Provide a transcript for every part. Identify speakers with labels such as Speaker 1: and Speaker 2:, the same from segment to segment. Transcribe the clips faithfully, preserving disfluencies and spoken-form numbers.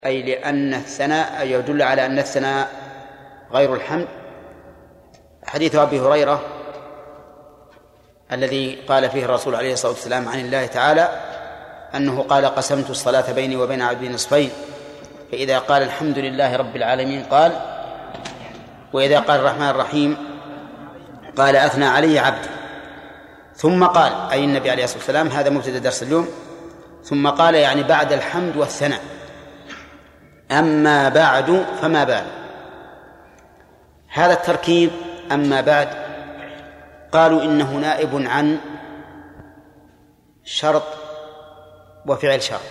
Speaker 1: أي لأن الثناء يدل على أن الثناء غير الحمد. حديث أبي هريرة الذي قال فيه الرسول عليه الصلاة والسلام عن الله تعالى أنه قال: قسمت الصلاة بيني وبين عبدي نصفين، فإذا قال الحمد لله رب العالمين قال، وإذا قال الرحمن الرحيم قال أثنى علي عبدي. ثم قال، أي النبي عليه الصلاة والسلام، هذا مبتدأ درس اليوم، ثم قال يعني بعد الحمد والثناء: أما بعد فما بعد. هذا التركيب أما بعد قالوا إنه نائب عن شرط وفعل شرط،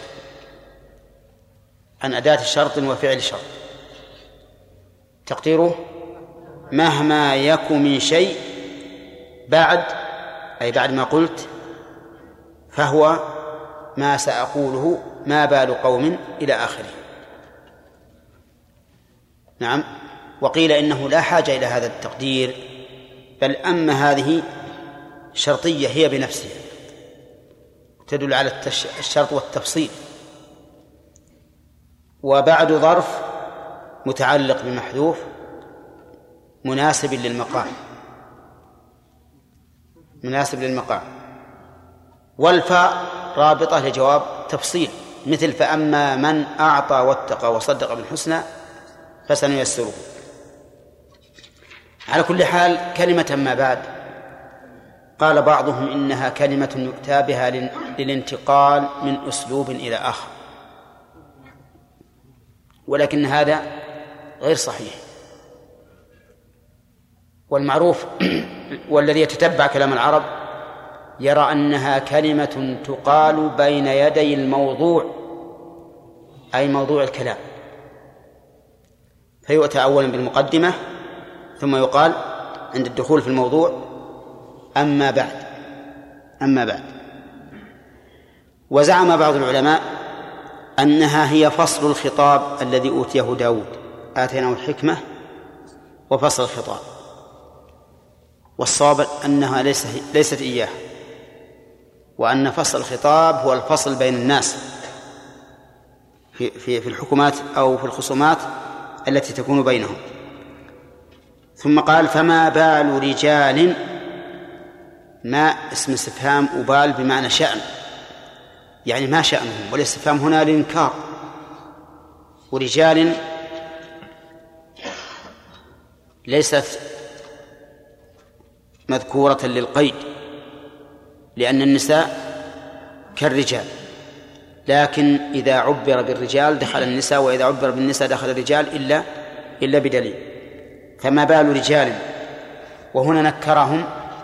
Speaker 1: عن أداة شرط وفعل شرط. تقديره: مهما يك من شيء بعد، أي بعد ما قلت، فهو ما سأقوله، ما بال قوم، إلى آخره. نعم. وقيل إنه لا حاجة إلى هذا التقدير، بل أما هذه شرطية هي بنفسها تدل على الشرط والتفصيل. وبعد ظرف متعلق بمحذوف مناسب للمقام، مناسب للمقام. والفاء رابطة لجواب تفصيل، مثل: فأما من أعطى واتقى وصدق بالحسنى فسنيسره. على كل حال، كلمة ما بعد قال بعضهم إنها كلمة يؤتى بها للانتقال من أسلوب إلى آخر، ولكن هذا غير صحيح. والمعروف والذي يتتبع كلام العرب يرى أنها كلمة تقال بين يدي الموضوع، أي موضوع الكلام، فيؤتى أولا بالمقدمة ثم يقال عند الدخول في الموضوع: أما بعد. أما بعد. وزعم بعض العلماء أنها هي فصل الخطاب الذي أوتيه داود، آتيناه الحكمة وفصل الخطاب. والصواب أنها ليست إياه، وأن فصل الخطاب هو الفصل بين الناس في, في, في الحكومات أو في الخصومات التي تكون بينهم. ثم قال: فما بال رجال، ما اسم استفهام، وبال بمعنى شأن، يعني ما شأنهم، والاستفهام هنا للإنكار. ورجال ليست مذكورة للقيد، لأن النساء كالرجال، لكن إذا عبر بالرجال دخل النساء، وإذا عبر بالنساء دخل الرجال إلا إلا بدليل. فما بال رجال، وهنا نكرهم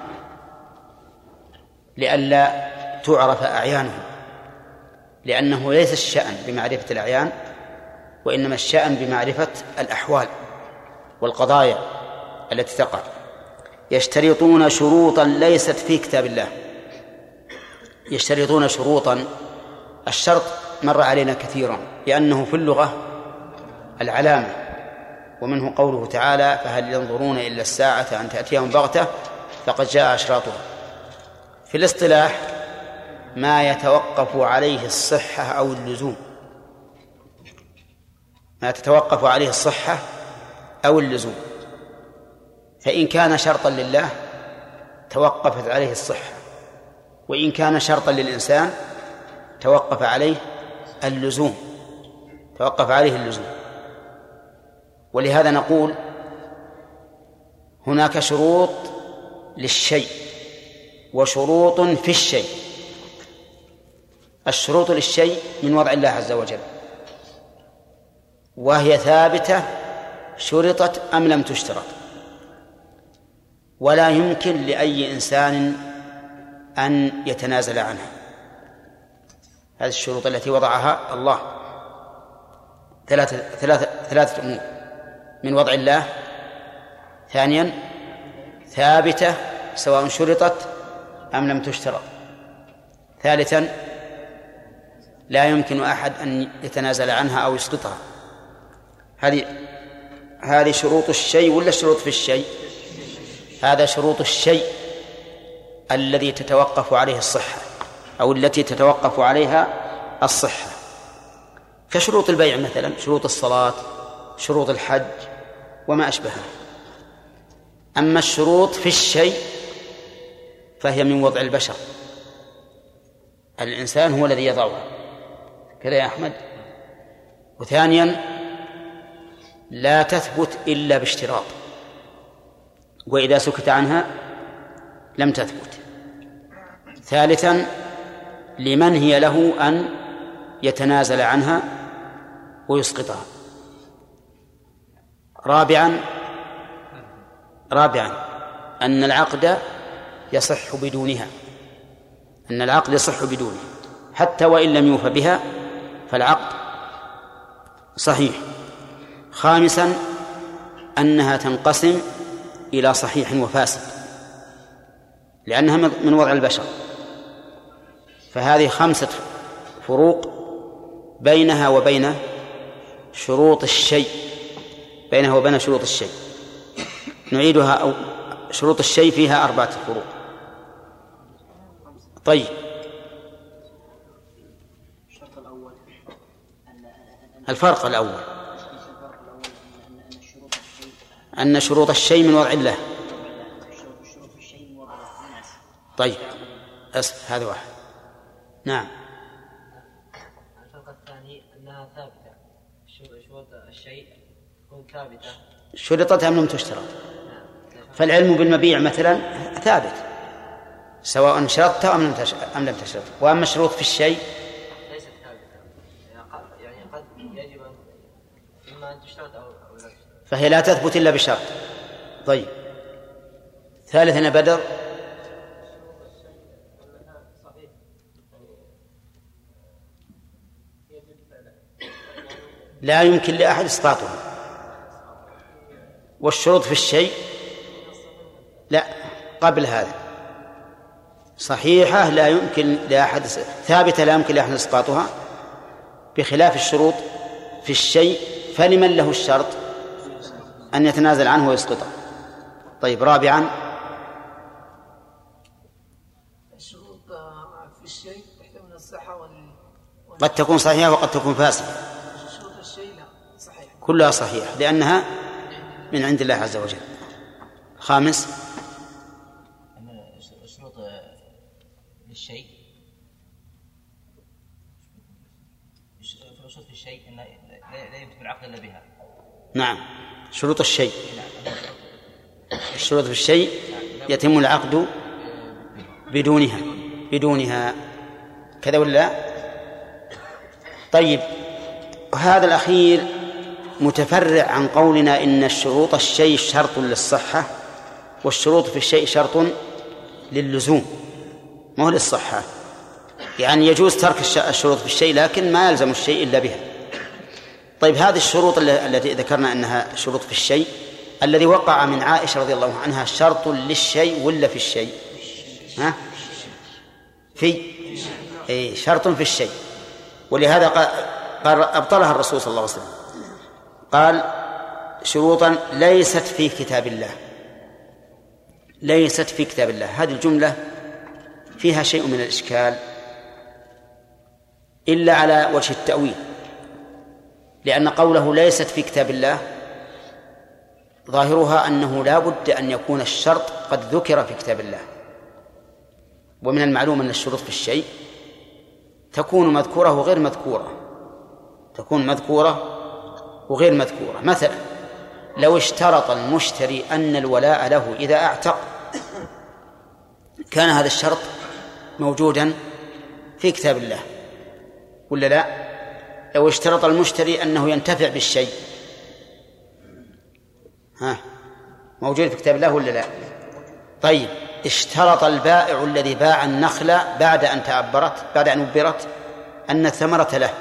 Speaker 1: لئلا تعرف أعيانهم، لأنه ليس الشأن بمعرفة الأعيان، وإنما الشأن بمعرفة الأحوال والقضايا التي تقع. يشترطون شروطا ليست في كتاب الله. يشترطون شروطا، الشرط مر علينا كثيرا لأنه في اللغة العلامة، ومنه قوله تعالى: فهل ينظرون إلا الساعة أن تأتيهم بغتة فقد جاء أشراطها. في الاصطلاح ما يتوقف عليه الصحة أو اللزوم، ما تتوقف عليه الصحة أو اللزوم، فإن كان شرطا لله توقفت عليه الصحة، وإن كان شرطا للإنسان توقف عليه اللزوم، توقف عليه اللزوم. ولهذا نقول هناك شروط للشيء وشروط في الشيء. الشروط للشيء من وضع الله عز وجل، وهي ثابتة شرطت أم لم تشترط، ولا يمكن لأي إنسان أن يتنازل عنها. هذه الشروط التي وضعها الله ثلاثة, ثلاثة, ثلاثة أمور: من وضع الله، ثانيا ثابتة سواء شرطت أم لم تشترط، ثالثا لا يمكن أحد أن يتنازل عنها أو يسقطها. هذه هذه شروط الشيء ولا شروط في الشيء؟ هذا شروط الشيء الذي تتوقف عليه الصحة، أو التي تتوقف عليها الصحة. كشروط البيع مثلا، شروط الصلاة، شروط الحج وما أشبهها. أما الشروط في الشيء فهي من وضع البشر، الإنسان هو الذي يضعها كذا يا أحمد. وثانيا لا تثبت إلا باشتراط، وإذا سكت عنها لم تثبت. ثالثا لمن هي له أن يتنازل عنها ويسقطها. رابعا رابعا أن العقد يصح بدونها، أن العقد يصح بدونها حتى وإن لم يوفى بها فالعقد صحيح. خامسا أنها تنقسم إلى صحيح وفاسد لأنها من وضع البشر، فهذه خمسة فروق بينها وبين شروط الشيء، بينها وبين شروط الشيء. نعيدها، أو شروط الشيء فيها أربعة فروق. طيب الفرق الأول أن شروط الشيء من وضع الله. طيب أسف، هذا واحد. نعم.
Speaker 2: الفرق الثاني أنها ثابتة، شروط الشيء تكون ثابتة.
Speaker 1: شرطت أم لم تشترط؟ فالعلم بالمبيع مثلا ثابت سواء شرطت أم لم تشرط. وأما الشروط في الشيء
Speaker 2: ليست ثابتة، يعني قد يجب إما أن تشترط أو لا تشترط،
Speaker 1: فهي لا تثبت إلا بشرط. طيب ثالثا بدر. لا يمكن لأحد إسقاطها. والشروط في الشيء لا، قبل هذا صحيحة لا يمكن لأحد، ثابتة لا يمكن لأحد إسقاطها، بخلاف الشروط في الشيء فلمن له الشرط أن يتنازل عنه ويسقطه. طيب رابعا
Speaker 3: الشروط في الشيء تحتمل الصحة وال...
Speaker 1: قد تكون صحيحة وقد تكون فاسدة.
Speaker 3: شروط الشيء لا صحيح،
Speaker 1: كلها صحيحة لأنها من عند الله عز وجل. خامس
Speaker 2: الشروط للشيء، الشروط في الشيء إن لا يمكن العقد إلا بها.
Speaker 1: نعم، شروط الشيء، الشروط في الشيء يتم العقد بدونها بدونها كذا ولا؟ طيب هذا الأخير متفرع عن قولنا إن الشروط الشيء شرط للصحة والشروط في الشيء شرط للزوم، ما هو للصحة. يعني يجوز ترك الشروط في الشيء لكن ما يلزم الشيء إلا بها. طيب هذه الشروط التي ذكرنا أنها شروط في الشيء، الذي وقع من عائشة رضي الله عنها شرط للشيء ولا في الشيء؟ ها؟ في أي شرط في الشيء، ولهذا قال أبطلها الرسول صلى الله عليه وسلم، قال شروطا ليست في كتاب الله، ليست في كتاب الله. هذه الجملة فيها شيء من الإشكال إلا على وجه التأويل، لأن قوله ليست في كتاب الله ظاهرها أنه لا بد أن يكون الشرط قد ذكر في كتاب الله، ومن المعلوم أن الشروط في الشيء تكون مذكورة وغير مذكورة، تكون مذكورة وغير مذكورة. مثلا لو اشترط المشتري أن الولاء له إذا أعتق كان هذا الشرط موجودا في كتاب الله ولا لا؟ لو اشترط المشتري أنه ينتفع بالشيء ها موجود في كتاب الله ولا لا؟ طيب اشترط البائع الذي باع النخلة بعد أن تأبرت بعد أن أبرت أن الثمرة له،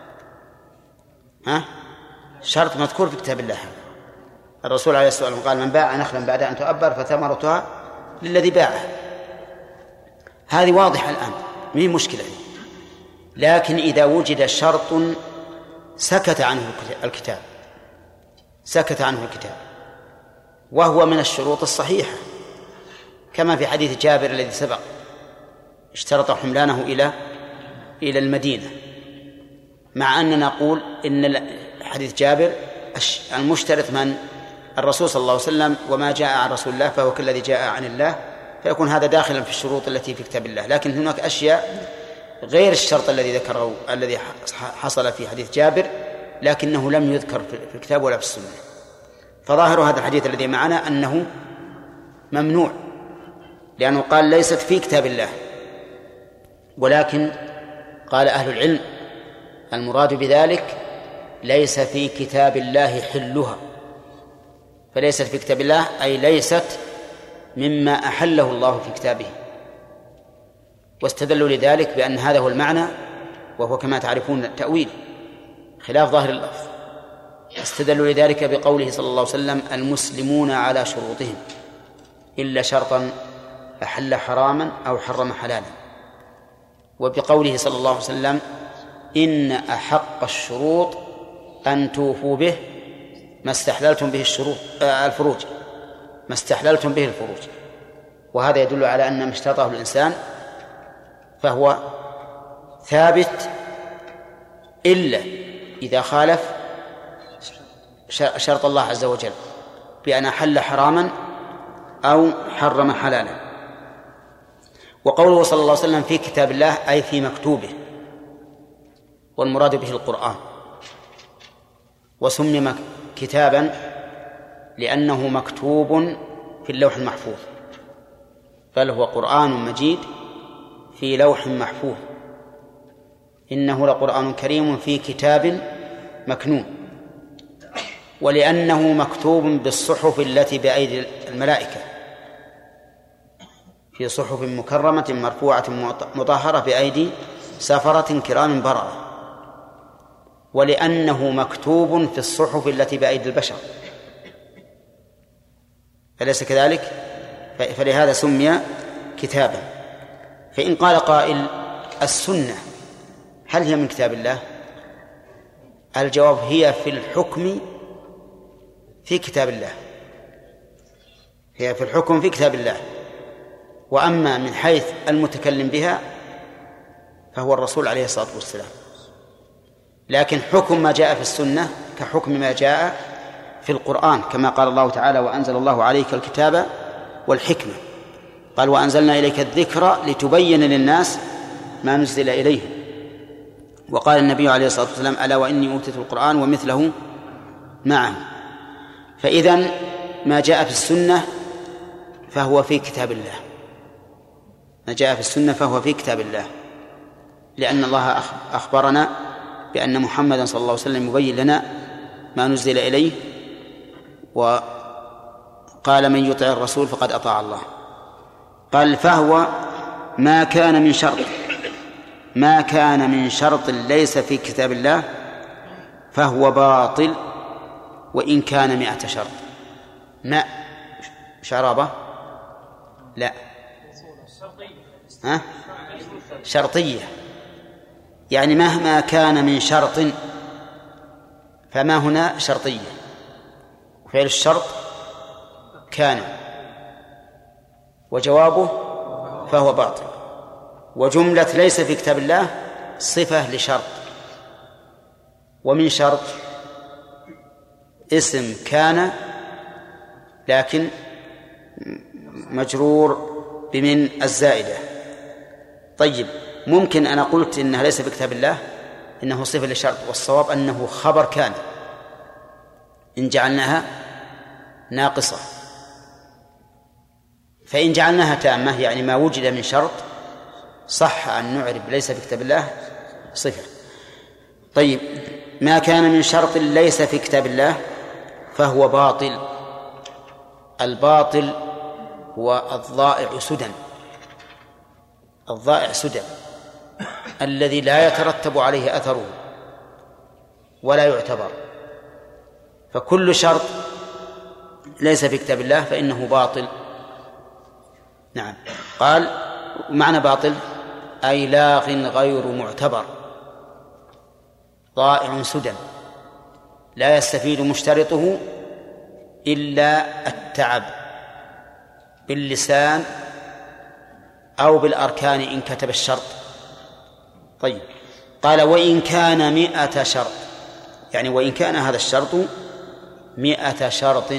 Speaker 1: ها شرط مذكور في كتاب الله. الرسول عليه الصلاة والسلام قال من باع نخلا بعد أن تؤبر فثمرتها للذي باعه. هذه واضحة الآن، ما هي مشكلة. لكن إذا وجد شرط سكت عنه الكتاب سكت عنه الكتاب وهو من الشروط الصحيحة، كما في حديث جابر الذي سبق، اشترط حملانه إلى إلى المدينة مع أننا نقول إن حديث جابر المشترط من الرسول صلى الله عليه وسلم، وما جاء عن رسول الله فهو كالذي جاء عن الله، فيكون هذا داخلا في الشروط التي في كتاب الله. لكن هناك أشياء غير الشرط الذي ذكره الذي حصل في حديث جابر لكنه لم يذكر في الكتاب ولا في السنة. فظاهر هذا الحديث الذي معنا أنه ممنوع، لأنه قال ليست في كتاب الله. ولكن قال أهل العلم المراد بذلك ليس في كتاب الله حلها، فليست في كتاب الله أي ليست مما أحله الله في كتابه. واستدلوا لذلك بأن هذا هو المعنى، وهو كما تعرفون التأويل خلاف ظاهر اللفظ. استدلوا لذلك بقوله صلى الله عليه وسلم المسلمون على شروطهم إلا شرطا أحل حراما أو حرم حلالا، وبقوله صلى الله عليه وسلم إن أحق الشروط أن توفوا به ما استحللتم به الشروط آه الفروج ما استحللتم به الفروج. وهذا يدل على أن ما اشترطه الإنسان فهو ثابت إلا إذا خالف شرط الله عز وجل بأن أحل حراما أو حرم حلالا. وقوله صلى الله عليه وسلم في كتاب الله أي في مكتوبه، والمراد به القرآن. وسمي كتابا لأنه مكتوب في اللوح المحفوظ، بل هو قرآن مجيد في لوح محفوظ، إنه لقرآن كريم في كتاب مكنون. ولأنه مكتوب بالصحف التي بأيدي الملائكة في صحف مكرمة مرفوعة مطهرة بأيدي سفرة كرام بررة. ولأنه مكتوب في الصحف التي بأيدي البشر، أليس كذلك؟ فلهذا سمي كتابا. فإن قال قائل السنة هل هي من كتاب الله؟ الجواب هي في الحكم في كتاب الله، هي في الحكم في كتاب الله. وأما من حيث المتكلم بها فهو الرسول عليه الصلاة والسلام. لكن حكم ما جاء في السنة كحكم ما جاء في القرآن، كما قال الله تعالى وأنزل الله عليك الكتاب والحكمة، قال وأنزلنا إليك الذكر لتبين للناس ما نزل إليهم. وقال النبي عليه الصلاة والسلام ألا وإني أوتيت القرآن ومثله معه. فإذن ما جاء في السنة فهو في كتاب الله، ما جاء في السنة فهو في كتاب الله، لأن الله أخبرنا بأن محمدا صلى الله عليه وسلم يبين لنا ما نزل إليه، وقال من يطع الرسول فقد أطاع الله. قال فهو ما كان من شرط ما كان من شرط ليس في كتاب الله فهو باطل وإن كان مئة شرط. ماء شرابة لا ها؟ شرطية، يعني مهما كان من شرط، فما هنا شرطية، فعل الشرط كان، وجوابه فهو باطل. وجملة ليس في كتاب الله صفة لشرط، ومن شرط اسم كان لكن مجرور بمن الزائدة. طيب ممكن أنا قلت إنها ليس في كتاب الله إنه صفة لشرط، والصواب أنه خبر كان إن جعلناها ناقصة. فإن جعلناها تامة يعني ما وجد من شرط صح أن نعرب ليس في كتاب الله صفة. طيب ما كان من شرط ليس في كتاب الله فهو باطل. الباطل هو الضائع سدى، الضائع سدى الذي لا يترتب عليه أثره ولا يعتبر. فكل شرط ليس في كتاب الله فإنه باطل. نعم. قال معنى باطل أي لاغ غير معتبر، ضائع سدى لا يستفيد مشترطه إلا التعب باللسان أو بالأركان إن كتب الشرط. طيب قال وإن كان مئة شرط، يعني وإن كان هذا الشرط مئة شرط.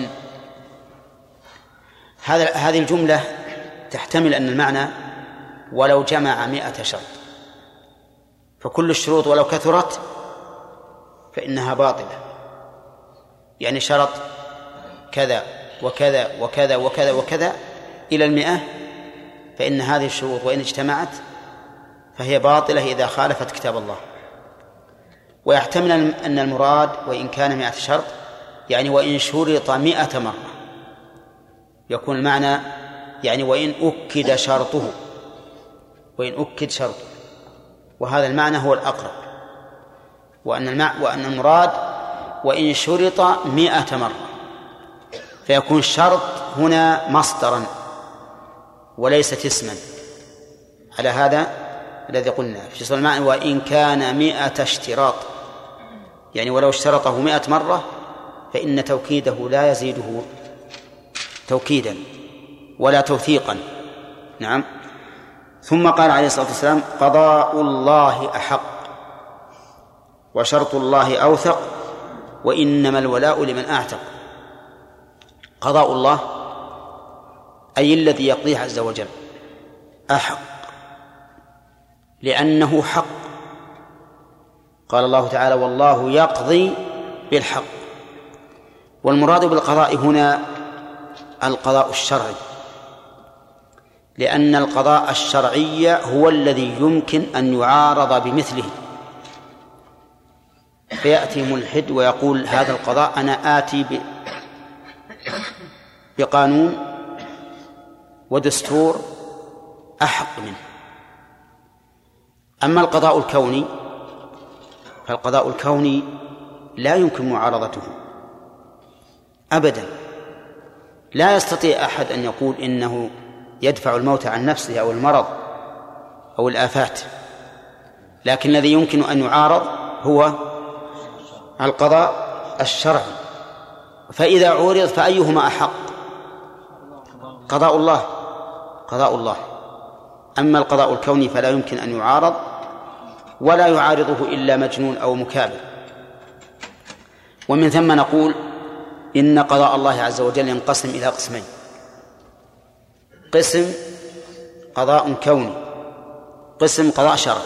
Speaker 1: هذا هذه الجملة تحتمل أن المعنى ولو جمع مئة شرط، فكل الشروط ولو كثرت فإنها باطلة، يعني شرط كذا وكذا وكذا وكذا وكذا إلى المئة، فإن هذه الشروط وإن اجتمعت فهي باطلة إذا خالفت كتاب الله. ويحتمل أن المراد وإن كان مئة شرط يعني وإن شرط مئة مرة، يكون المعنى يعني وإن أكد شرطه، وإن أكد شرطه، وهذا المعنى هو الأقرب، وأن المع... وأن المراد وإن شرط مئة مرة، فيكون الشرط هنا مصدرا وليست اسما، على هذا الذي قلنا في صل المعنى وإن كان مئة اشتراط، يعني ولو اشترطه مئة مرة فإن توكيده لا يزيده توكيدا ولا توثيقا. نعم. ثم قال عليه الصلاة والسلام قضاء الله أحق وشرط الله أوثق وإنما الولاء لمن أعتق. قضاء الله أي الذي يقضيه عز وجل أحق، لأنه حق. قال الله تعالى والله يقضي بالحق، والمراد بالقضاء هنا القضاء الشرعي، لأن القضاء الشرعي هو الذي يمكن أن يعارض بمثله، فيأتي ملحد ويقول هذا القضاء أنا آتي بقانون ودستور أحق منه. أما القضاء الكوني فالقضاء الكوني لا يمكن معارضته أبدا، لا يستطيع أحد أن يقول إنه يدفع الموت عن نفسه أو المرض أو الآفات، لكن الذي يمكن أن يعارض هو القضاء الشرعي. فإذا عورض فأيهما أحق؟ قضاء الله قضاء الله. أما القضاء الكوني فلا يمكن أن يعارض ولا يعارضه إلا مجنون أو مكابر. ومن ثم نقول إن قضاء الله عز وجل ينقسم إلى قسمين: قسم قضاء كوني، قسم قضاء شرعي.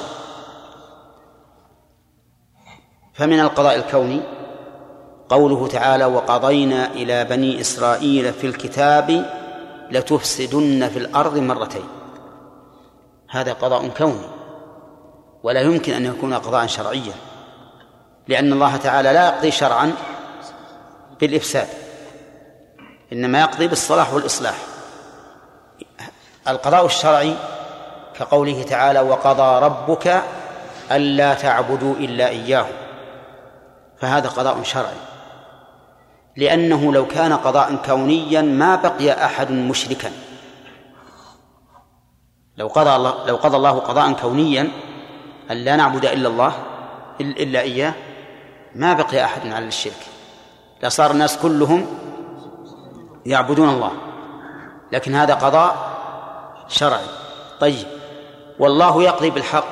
Speaker 1: فمن القضاء الكوني قوله تعالى وقضينا إلى بني إسرائيل في الكتاب لتفسدن في الأرض مرتين، هذا قضاء كوني ولا يمكن أن يكون قضاء شرعيا، لأن الله تعالى لا يقضي شرعا بالإفساد، إنما يقضي بالصلاح والإصلاح. القضاء الشرعي كقوله تعالى وقضى ربك ألا تعبدوا إلا إياه، فهذا قضاء شرعي، لأنه لو كان قضاء كونيا ما بقي أحد مشركا. لو قضى الله لو قضى الله قضاء كونيا أن لا نعبد إلا الله إلا إياه ما بقي أحد على الشرك، لصار الناس كلهم يعبدون الله، لكن هذا قضاء شرعي. طيب، والله يقضي بالحق،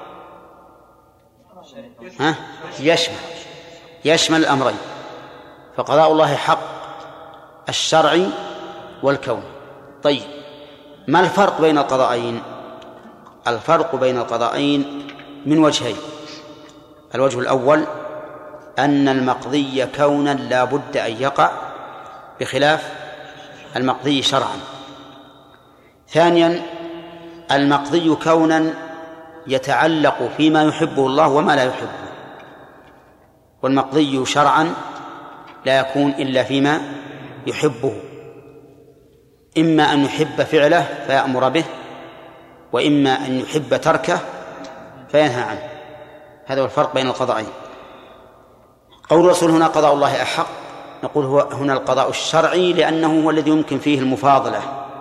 Speaker 1: ها؟ يشمل يشمل الأمرين، فقضاء الله حق الشرعي والكون. طيب، ما الفرق بين القضاءين؟ الفرق بين القضاءين من وجهين: الوجه الأول أن المقضي كونا لا بد أن يقع بخلاف المقضي شرعا. ثانيا المقضي كونا يتعلق فيما يحبه الله وما لا يحبه، والمقضي شرعا لا يكون إلا فيما يحبه، إما أن يحب فعله فيأمر به، وإما أن يحب تركه فينهى عنه. هذا هو الفرق بين القضاءين. قول الرسول هنا قضاء الله أحق، نقول هو هنا القضاء الشرعي، لأنه هو الذي يمكن فيه المفاضلة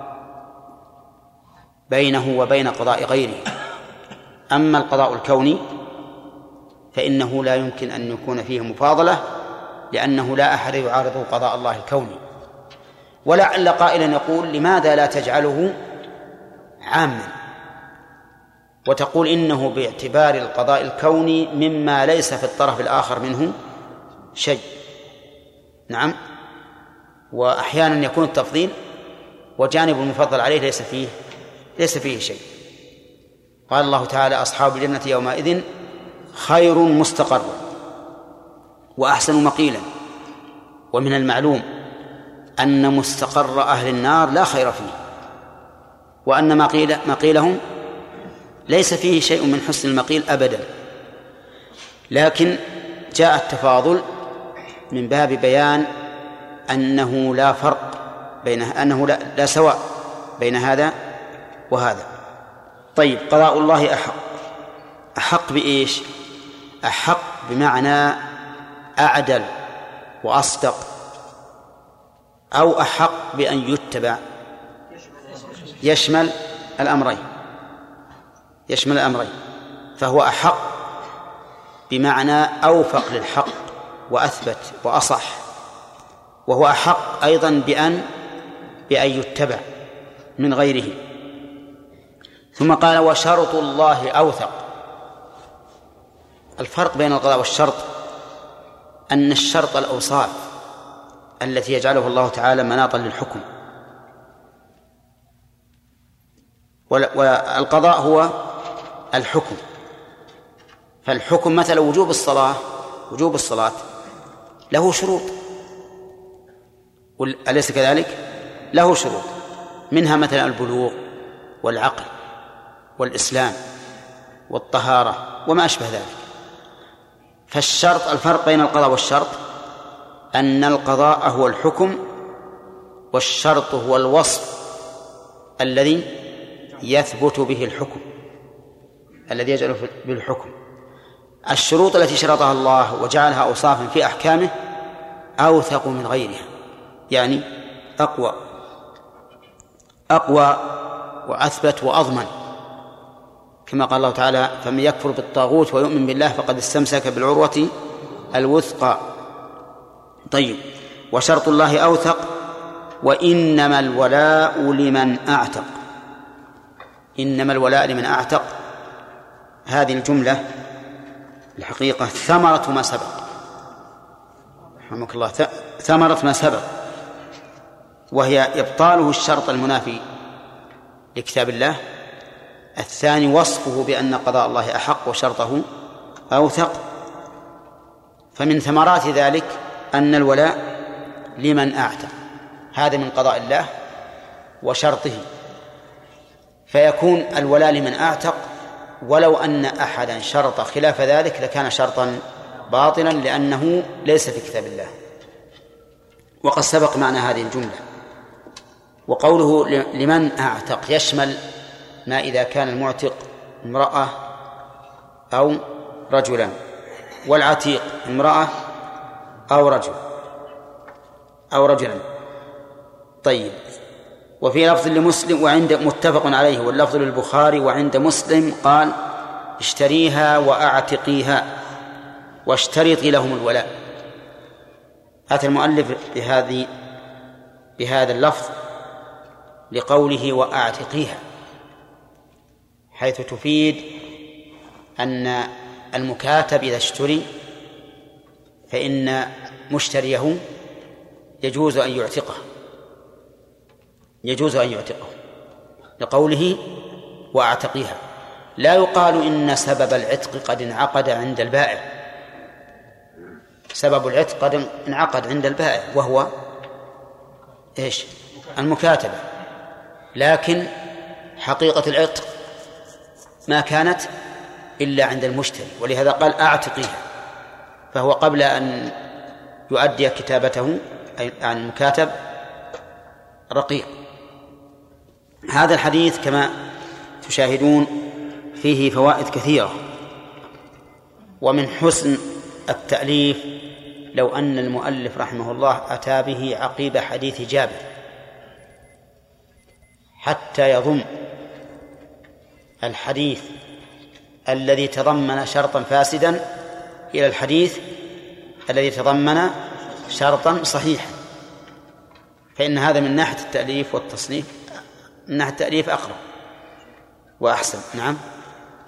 Speaker 1: بينه وبين قضاء غيره. أما القضاء الكوني فإنه لا يمكن أن يكون فيه مفاضلة، لأنه لا أحد يعارض قضاء الله الكوني. ولعل قائلا يقول لماذا لا تجعله عاما؟ وتقول إنه باعتبار القضاء الكوني مما ليس في الطرف الآخر منه شيء. نعم. وأحيانا يكون التفضيل وجانب المفضل عليه ليس فيه ليس فيه شيء. قال الله تعالى: أصحاب الجنة يومئذ خير مستقرا وأحسن مقيلا. ومن المعلوم أن مستقر أهل النار لا خير فيه، وأن مقيل مقيلهم ليس فيه شيء من حسن المقيل أبدا. لكن جاء التفاضل من باب بيان أنه لا فرق بين أنه لا, لا سواء بين هذا وهذا. طيب، قضاء الله أحق. أحق بإيش؟ أحق بمعنى أعدل وأصدق، أو أحق بأن يتبع، يشمل الأمرين يشمل الأمرين فهو أحق بمعنى أوفق للحق وأثبت وأصح، وهو أحق أيضا بأن بأن يتبع من غيره. ثم قال: وشرط الله أوثق. الفرق بين القضاء والشرط أن الشرط الأوصاف التي يجعله الله تعالى مناطا للحكم، والقضاء هو الحكم. فالحكم مثل وجوب الصلاة وجوب الصلاة له شروط، أليس كذلك؟ له شروط، منها مثلا البلوغ والعقل والإسلام والطهارة وما أشبه ذلك. فالشرط، الفرق بين القضاء والشرط أن القضاء هو الحكم، والشرط هو الوصف الذي يثبت به الحكم، الذي يجعل به الحكم. الشروط التي شرطها الله وجعلها أوصافا في أحكامه أوثق من غيرها، يعني أقوى أقوى وأثبت وأضمن، كما قال الله تعالى: فمن يكفر بالطاغوت ويؤمن بالله فقد استمسك بالعروة الوثقى. طيب، وشرط الله أوثق. وإنما الولاء لمن أعتق. إنما الولاء لمن أعتق، هذه الجملة الحقيقة ثمرة ما سبق، رحمك الله، ثمرة ما سبق، وهي إبطاله الشرط المنافي لكتاب الله. الثاني وصفه بأن قضاء الله أحق وشرطه أوثق. فمن ثمرات ذلك أن الولاء لمن أعتق، هذا من قضاء الله وشرطه، فيكون الولاء لمن أعتق، ولو أن أحدا شرط خلاف ذلك لكان شرطا باطلا، لأنه ليس في كتاب الله. وقد سبق معنى هذه الجملة. وقوله لمن أعتق يشمل ما إذا كان المعتق امرأة أو رجلا، والعتيق امرأة أو رجل أو رجلا. طيب، وفي لفظ لمسلم وعند متفق عليه، واللفظ للبخاري وعند مسلم قال: اشتريها وأعتقيها واشترطي لهم الولاء. أتى المؤلف بهذه بهذا اللفظ لقوله وأعتقيها، حيث تفيد أن المكاتب إذا اشتري فإن مشتريه يجوز أن يعتقه يجوز أن يعتقه لقوله وأعتقيها. لا يقال إن سبب العتق قد انعقد عند البائع، سبب العتق قد انعقد عند البائع وهو إيش؟ المكاتبة، لكن حقيقة العتق ما كانت إلا عند المشتري، ولهذا قال أعتقيها، فهو قبل أن يؤدي كتابته أي عن المكاتب رقيق. هذا الحديث كما تشاهدون فيه فوائد كثيرة، ومن حسن التأليف لو أن المؤلف رحمه الله أتى به عقيب حديث جابر حتى يضم الحديث الذي تضمن شرطا فاسدا إلى الحديث الذي تضمن شرطا صحيحا، فإن هذا من ناحية التأليف والتصنيف، من ناحية التأليف أقرب وأحسن. نعم.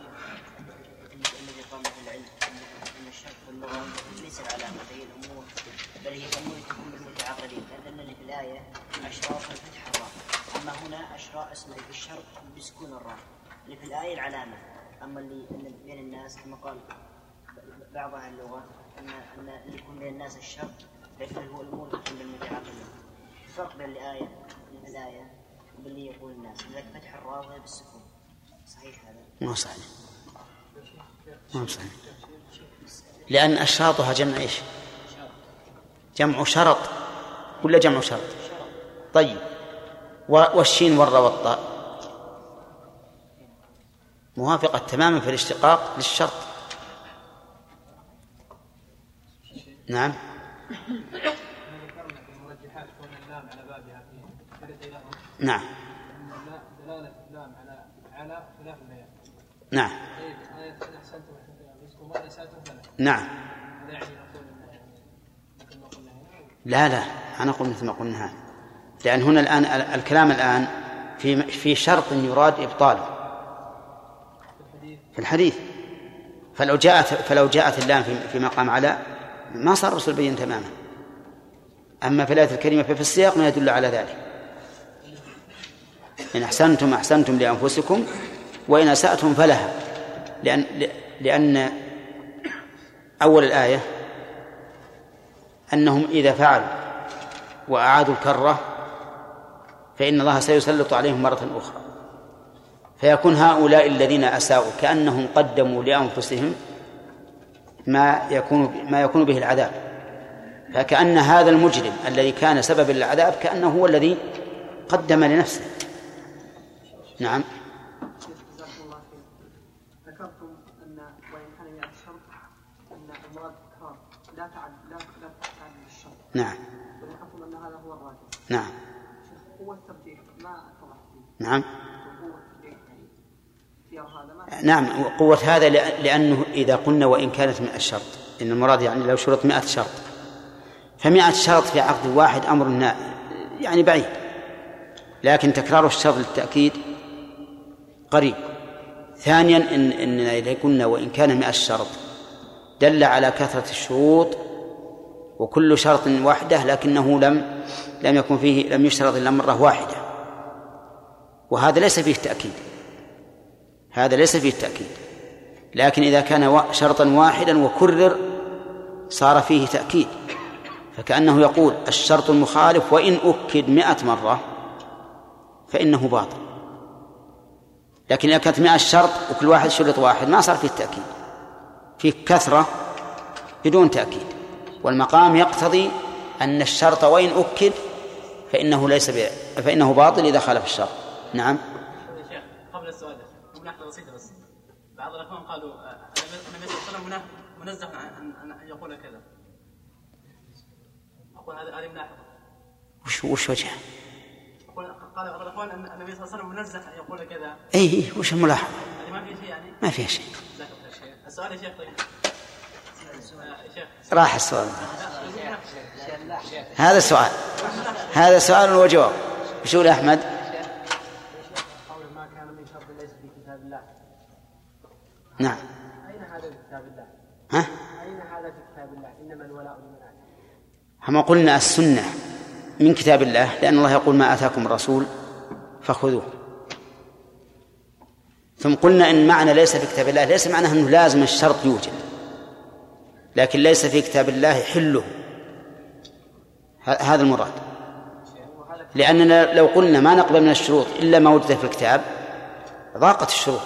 Speaker 4: طيب الملك يكون بالمتعاقدين لأن اللي في الآية أشراط الفتح الراء، أما هنا أشراط اسمه بالشرط بسكون الراء اللي في الآية العلامة، أما اللي بين الناس كما قال بعض أهل اللغة أن أن اللي يكون بين الناس الشرط لكن هو الملك يكون بالمتعاقدين. الفرق بين الآية الآية وباللي يقول الناس لذلك فتح الراء وهي بالسكون. صحيح هذا؟
Speaker 1: ما صحيح ما صحيح لأن أشراطها جمع إيش؟ جمع شرط ولا جمع شرط؟ طيب والشين والراء والطاء موافقة تماما في الاشتقاق للشرط. نعم. نعم. نعم. نعم. لا لا أنا أقول مثل ما قلنا، لأن هنا الآن الكلام الآن في في شرط يراد إبطاله في الحديث، فلو جاءت فلو جاءت اللام في مقام على ما صار رسول بين تماما. أما في الآية الكريمة ففي السياق ما يدل على ذلك. إن أحسنتم أحسنتم لأنفسكم وإن أسأتم فلها، لأن لأن أول الآية أنهم إذا فعلوا وأعادوا الكرة فإن الله سيسلط عليهم مرة أخرى، فيكون هؤلاء الذين أساءوا كأنهم قدموا لأنفسهم ما يكون ما يكون به العذاب، فكأن هذا المجرم الذي كان سبب العذاب كأنه هو الذي قدم لنفسه. نعم.
Speaker 5: ذكرتم أن وإن كان من الشرط أن المراد التكرار لا تعد لا لا تعد للشرط.
Speaker 1: نعم.
Speaker 5: وذكرتم أن هذا هو الراجح.
Speaker 1: نعم.
Speaker 5: قوة الترجيح ما اتضح فيه.
Speaker 1: نعم.
Speaker 5: قوة الترجيح يعني اختيار هذا ما.
Speaker 1: نعم قوة هذا لأنه إذا قلنا وإن كانت من الشرط إن المراد يعني لو شرط مئة شرط، فمئة شرط في عقد واحد أمر يعني بعيد، لكن تكرار الشرط للتأكيد قريب. ثانيا إن إننا إذا قلنا وإن كان مئة شرط دل على كثرة الشروط وكل شرط واحدة لكنه لم لم يكن فيه لم يشترط إلا مرة واحدة، وهذا ليس فيه تأكيد، هذا ليس فيه تأكيد. لكن إذا كان شرطا واحدا وكرر صار فيه تأكيد، فكأنه يقول الشرط المخالف وإن أكد مئة مرة فإنه باطل. لكن إذا كانت مئة شرط وكل واحد شرط واحد ما صار فيه التأكيد، فيه كثرة بدون تأكيد، والمقام يقتضي أن الشرط وإن أكد فإنه ليس ب... فإنه باطل إذا خالف الشرط. نعم.
Speaker 6: شيخ قبل السؤال ممكن نحن بسيطة بس بعض الأخوان قالوا النبي صلى الله عليه وسلم منزه عن أن يقول كذا، أقول هذه ملاحظة.
Speaker 1: وش وش وجهه؟
Speaker 6: قال بعض الأخوان أن النبي صلى الله عليه وسلم منزه أن يقول كذا.
Speaker 1: أي وش الملاحظة؟
Speaker 6: يعني ما في شيء يعني.
Speaker 1: ما فيها شيء.
Speaker 6: السؤال يا شيخ طيب.
Speaker 1: راح السؤال. هذا السؤال هذا سؤال وجواب. وش يقول أحمد؟
Speaker 5: قول ما كان من شرط ليس في كتاب الله.
Speaker 1: نعم.
Speaker 5: أين هذا في كتاب الله؟
Speaker 1: ها؟
Speaker 5: أين هذا في كتاب الله؟ إنما الولاء لمن آتى.
Speaker 1: هم قلنا السنة من كتاب الله، لأن الله يقول ما آتاكم الرسول فخذوه. ثم قلنا إن معنى ليس في كتاب الله ليس معناه أنه لازم الشرط يوجد، لكن ليس في كتاب الله حله، هذا المراد. لأننا لو قلنا ما نقبل من الشروط إلا ما وجد في الكتاب ضاقت الشروط.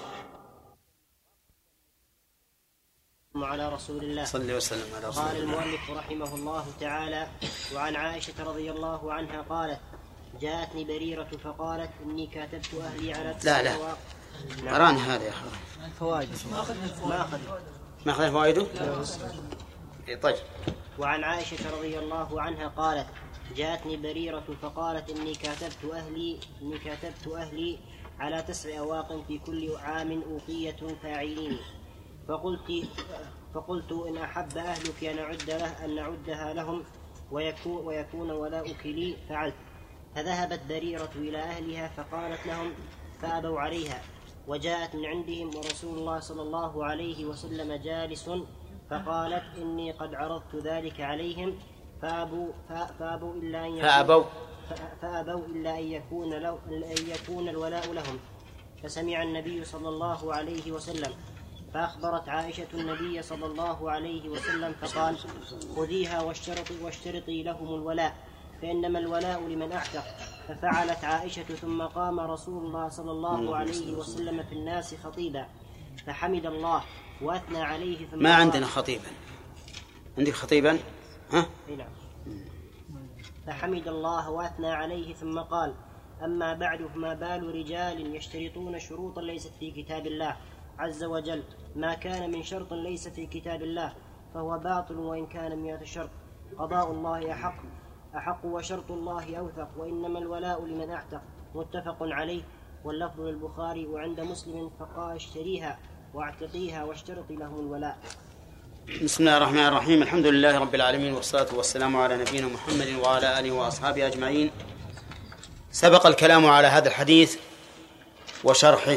Speaker 4: على رسول الله
Speaker 1: صلى الله عليه وسلم.
Speaker 4: قال المؤلف رحمه الله تعالى: وعن عائشة رضي الله عنها قالت: جاءتني بريرة فقالت: إني كاتبت أهلي على
Speaker 1: لا لا أراني هذا يا أخي
Speaker 4: فوائد ما أخذ
Speaker 1: ما أخذ فوائده. طيب.
Speaker 4: وعن عائشة رضي الله عنها قالت: جاءتني بريرة فقالت: إني كاتبت أهلي إني كاتبت أهلي على تسع أواق في كل عام أوقية فاعلين، فقلت فقلت إن أحب أهلك أن نعد له أن نعدها لهم ويكون, ويكون ولاؤك لي فعلت. فذهبت بريرة إلى أهلها فقالت لهم فأبوا عليها، وجاءت من عندهم ورسول الله صلى الله عليه وسلم جالس، فقالت: إني قد عرضت ذلك عليهم فأبوا, فأبوا إلا أن
Speaker 1: فأبوا
Speaker 4: فأبوا إلا أن يكون, لو أن يكون الولاء لهم. فسمع النبي صلى الله عليه وسلم، فأخبرت عائشة النبي صلى الله عليه وسلم فقال: خذيها واشترطي, واشترطي لهم الولاء، فإنما الولاء لمن أعتق. ففعلت عائشة، ثم قام رسول الله صلى الله عليه وسلم في الناس خطيبا، فحمد الله وأثنى عليه. ثم
Speaker 1: ما عندنا خطيبا، عندك خطيبا؟ ها؟
Speaker 4: نعم. فحمد الله وأثنى عليه ثم قال: أما بعد، فما بال رجال يشترطون شروطا ليست في كتاب الله عز وجل. ما كان من شرط ليس في كتاب الله فهو باطل وإن كان مئة شرط. قضاء الله أحق أحق وشرط الله أوثق، وإنما الولاء لمن أعتق. متفق عليه، واللفظ للبخاري وعند مسلم: فقال: اشتريها واعتقيها واشترطي لهم الولاء.
Speaker 1: بسم الله الرحمن الرحيم. الحمد لله رب العالمين، والصلاة والسلام على نبينا محمد وعلى آله وأصحابه أجمعين. سبق الكلام على هذا الحديث وشرحه،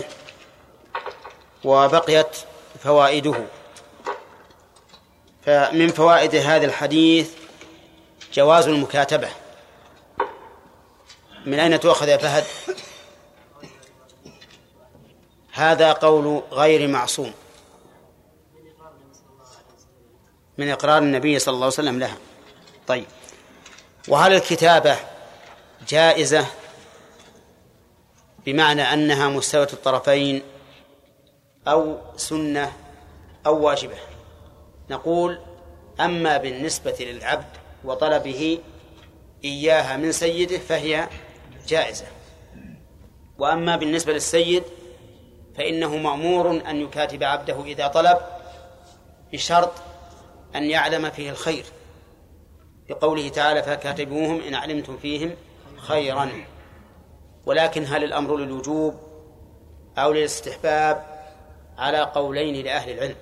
Speaker 1: وبقيت فوائده. فمن فوائد هذا الحديث جواز المكاتبة. من أين تؤخذ يا فهد؟ هذا قول غير معصوم، من إقرار النبي صلى الله عليه وسلم لها. طيب، وهل الكتابة جائزة بمعنى أنها مستوى الطرفين أو سنة أو واجبة؟ نقول: أما بالنسبة للعبد وطلبه إياها من سيده فهي جائزة، وأما بالنسبة للسيد فإنه مأمور أن يكاتب عبده إذا طلب، بشرط أن يعلم فيه الخير، بقوله تعالى: فكاتبوهم إن علمتم فيهم خيرا. ولكن هل الأمر للوجوب أو للاستحباب؟ على قولين لأهل العلم،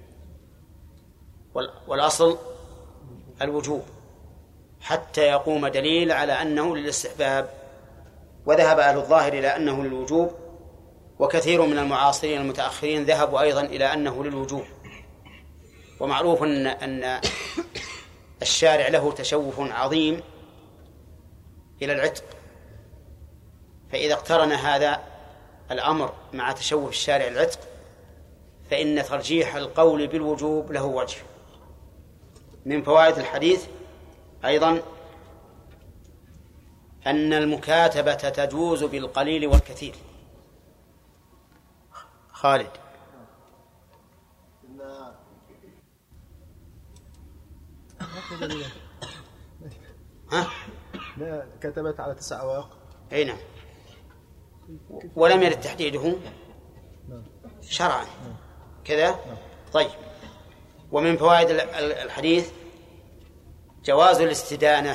Speaker 1: والأصل الوجوب حتى يقوم دليل على أنه للاستحباب، وذهب أهل الظاهر إلى أنه للوجوب، وكثير من المعاصرين المتأخرين ذهبوا أيضا إلى أنه للوجوب. ومعروف أن, أن الشارع له تشوف عظيم إلى العتق، فإذا اقترن هذا الأمر مع تشوف الشارع العتق فإن ترجيح القول بالوجوب له وجه. من فوائد الحديث أيضا أن المكاتبة تجوز بالقليل والكثير. خالد. ها؟
Speaker 7: لا، كتبت على تسع أواق.
Speaker 1: أي نعم، ولم يرد تحديده شرعا كذا. طيب، ومن فوائد الحديث جواز الاستدانة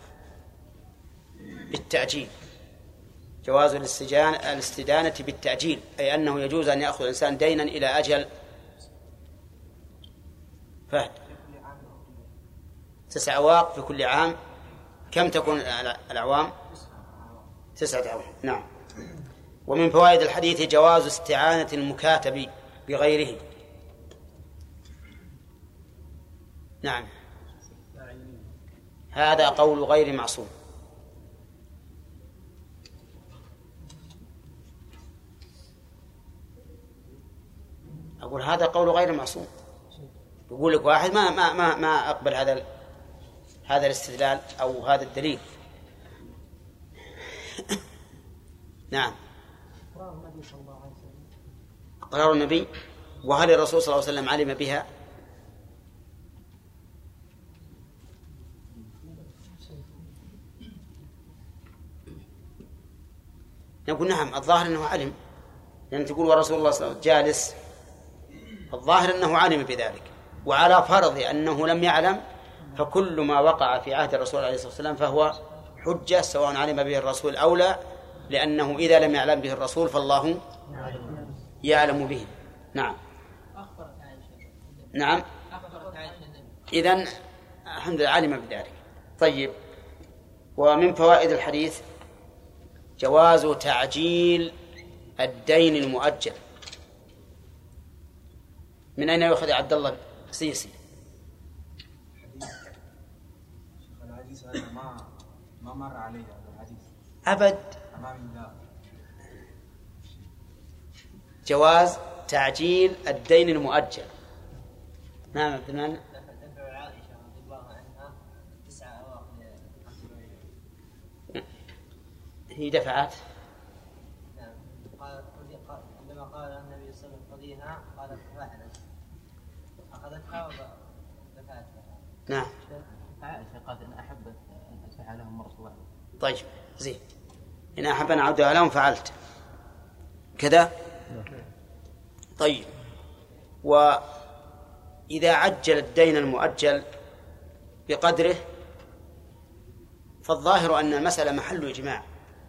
Speaker 1: بالتأجيل، جواز الاستدانة بالتأجيل، أي أنه يجوز أن يأخذ الإنسان دينا إلى أجل. فهد. تسع أواق في كل عام. كم تكون الأعوام؟ تسعة أعوام. نعم. ومن فوائد الحديث جواز استعانة المكاتب بغيره. نعم، هذا قول غير معصوم. أقول هذا قول غير معصوم. يقول لك واحد ما ما ما ما أقبل هذا هذا الاستدلال أو هذا الدليل. نعم، قرار النبي. وهل الرسول صلى الله عليه وسلم علم بها؟ نقول نعم، الظاهر أنه علم، لأن تقول ورسول الله صلى الله عليه وسلم جالس، الظاهر أنه علم بذلك. وعلى فرض أنه لم يعلم فكل ما وقع في عهد الرسول عليه الصلاة والسلام فهو حجة، سواء علم به الرسول أو لا، لأنه إذا لم يعلم به الرسول فالله يعلم به. نعم. نعم، إذن الحمد لله علم بذلك. طيب، ومن فوائد الحديث جواز تعجيل الدين المؤجل. من أين يأخذ عبد الله سيسي؟
Speaker 8: الحديث هذا ما ما مر عليه هذا الحديث
Speaker 1: أبد.
Speaker 8: أمام الله.
Speaker 1: جواز تعجيل الدين المؤجل. نعم عبد المنعم.
Speaker 2: دفع عائشة رضي الله عنها تسعة أواق.
Speaker 1: هي دفعت.
Speaker 2: نعم. قال عندما قال النبي صلى الله عليه وسلم قضيها قالت فعلت أخذتها ودفعتها.
Speaker 1: نعم.
Speaker 6: عائشة قالت إن أحبت أن أدفع لهم مرة واحدة.
Speaker 1: طيب زين. إن أحب أن أعودها لهم فعلت كذا. طيب، وإذا عجل الدين المؤجل بقدره فالظاهر أن المسألة محل إجماع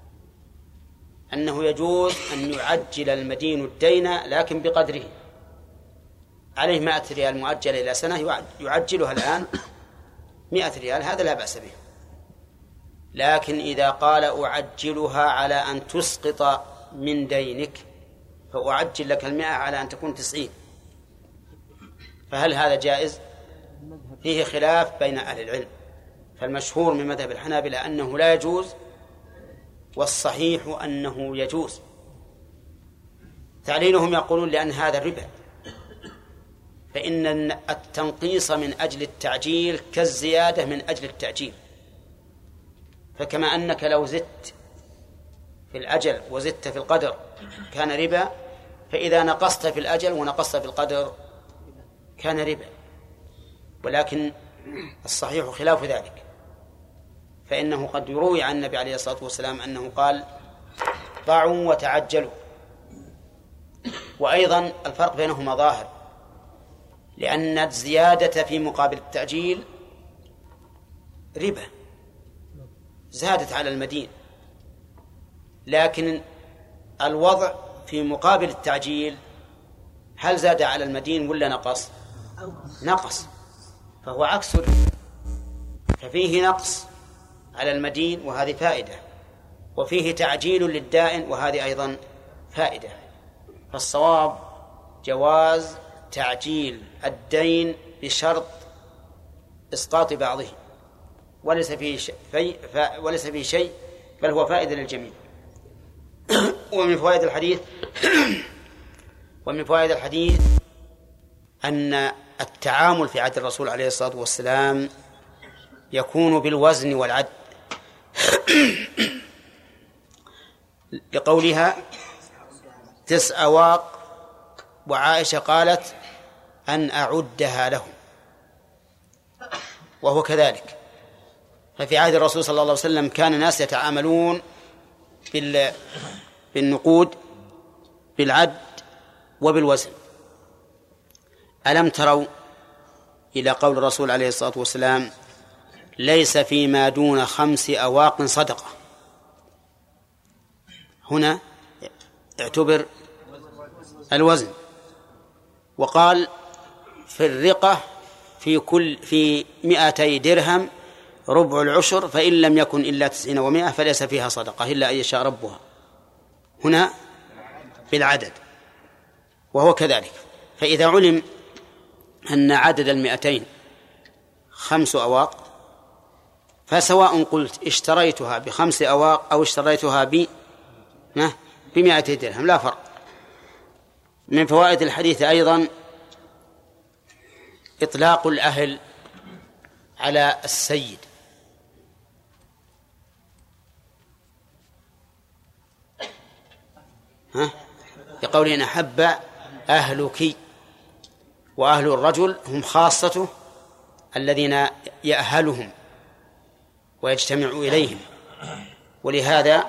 Speaker 1: أنه يجوز أن يعجل المدين الدين لكن بقدره. عليه مائة ريال مؤجل إلى سنة يعجلها الآن مائة ريال، هذا لا بأس به. لكن إذا قال أعجلها على أن تسقط من دينك فأعجل لك المئة على أن تكون تسعين، فهل هذا جائز؟ فيه خلاف بين أهل العلم، فالمشهور من مذهب الحنابلة أنه لا يجوز، والصحيح أنه يجوز. تعليلهم يقولون لأن هذا الربا، فإن التنقيص من أجل التعجيل كالزيادة من أجل التأجيل، فكما أنك لو زدت في الأجل وزدت في القدر كان ربا، فإذا نقصت في الأجل ونقصت في القدر كان ربا. ولكن الصحيح خلاف ذلك، فإنه قد يروي عن النبي عليه الصلاة والسلام أنه قال ضعوا وتعجلوا. وأيضا الفرق بينهما ظاهر، لأن الزيادة في مقابل التعجيل ربا، زادت على المدين، لكن الوضع في مقابل التعجيل هل زاد على المدين ولا نقص؟ نقص، فهو عكس الربا، ففيه نقص على المدين وهذه فائدة، وفيه تعجيل للدائن وهذه أيضا فائدة. فالصواب جواز تعجيل الدين بشرط إسقاط بعضه، وليس فيه شيء وليس فيه شيء بل هو فائدة للجميع. ومن فوائد الحديث ومن فوائد الحديث أن التعامل في عهد الرسول عليه الصلاة والسلام يكون بالوزن والعد، لقولها تسع أواق، وعائشة قالت أن أعدها لهم، وهو كذلك. ففي عهد الرسول صلى الله عليه وسلم كان الناس يتعاملون بالنقود بالعد وبالوزن. ألم تروا إلى قول الرسول عليه الصلاة والسلام ليس فيما دون خمس أواق صدقة؟ هنا اعتبر الوزن. وقال في الرقة في كل في مئتي درهم ربع العشر، فإن لم يكن إلا تسعين ومائة فليس فيها صدقة إلا أن يشاء ربها. هنا بالعدد، وهو كذلك. فإذا علم أن عدد المئتين خمس أواق، فسواء قلت اشتريتها بخمس أواق أو اشتريتها ب بمئتي درهم لا فرق. من فوائد الحديث أيضا إطلاق الأهل على السيد، ها يقول إن أحب أهلك، وأهل الرجل هم خاصته الذين يأهلهم ويجتمع إليهم. ولهذا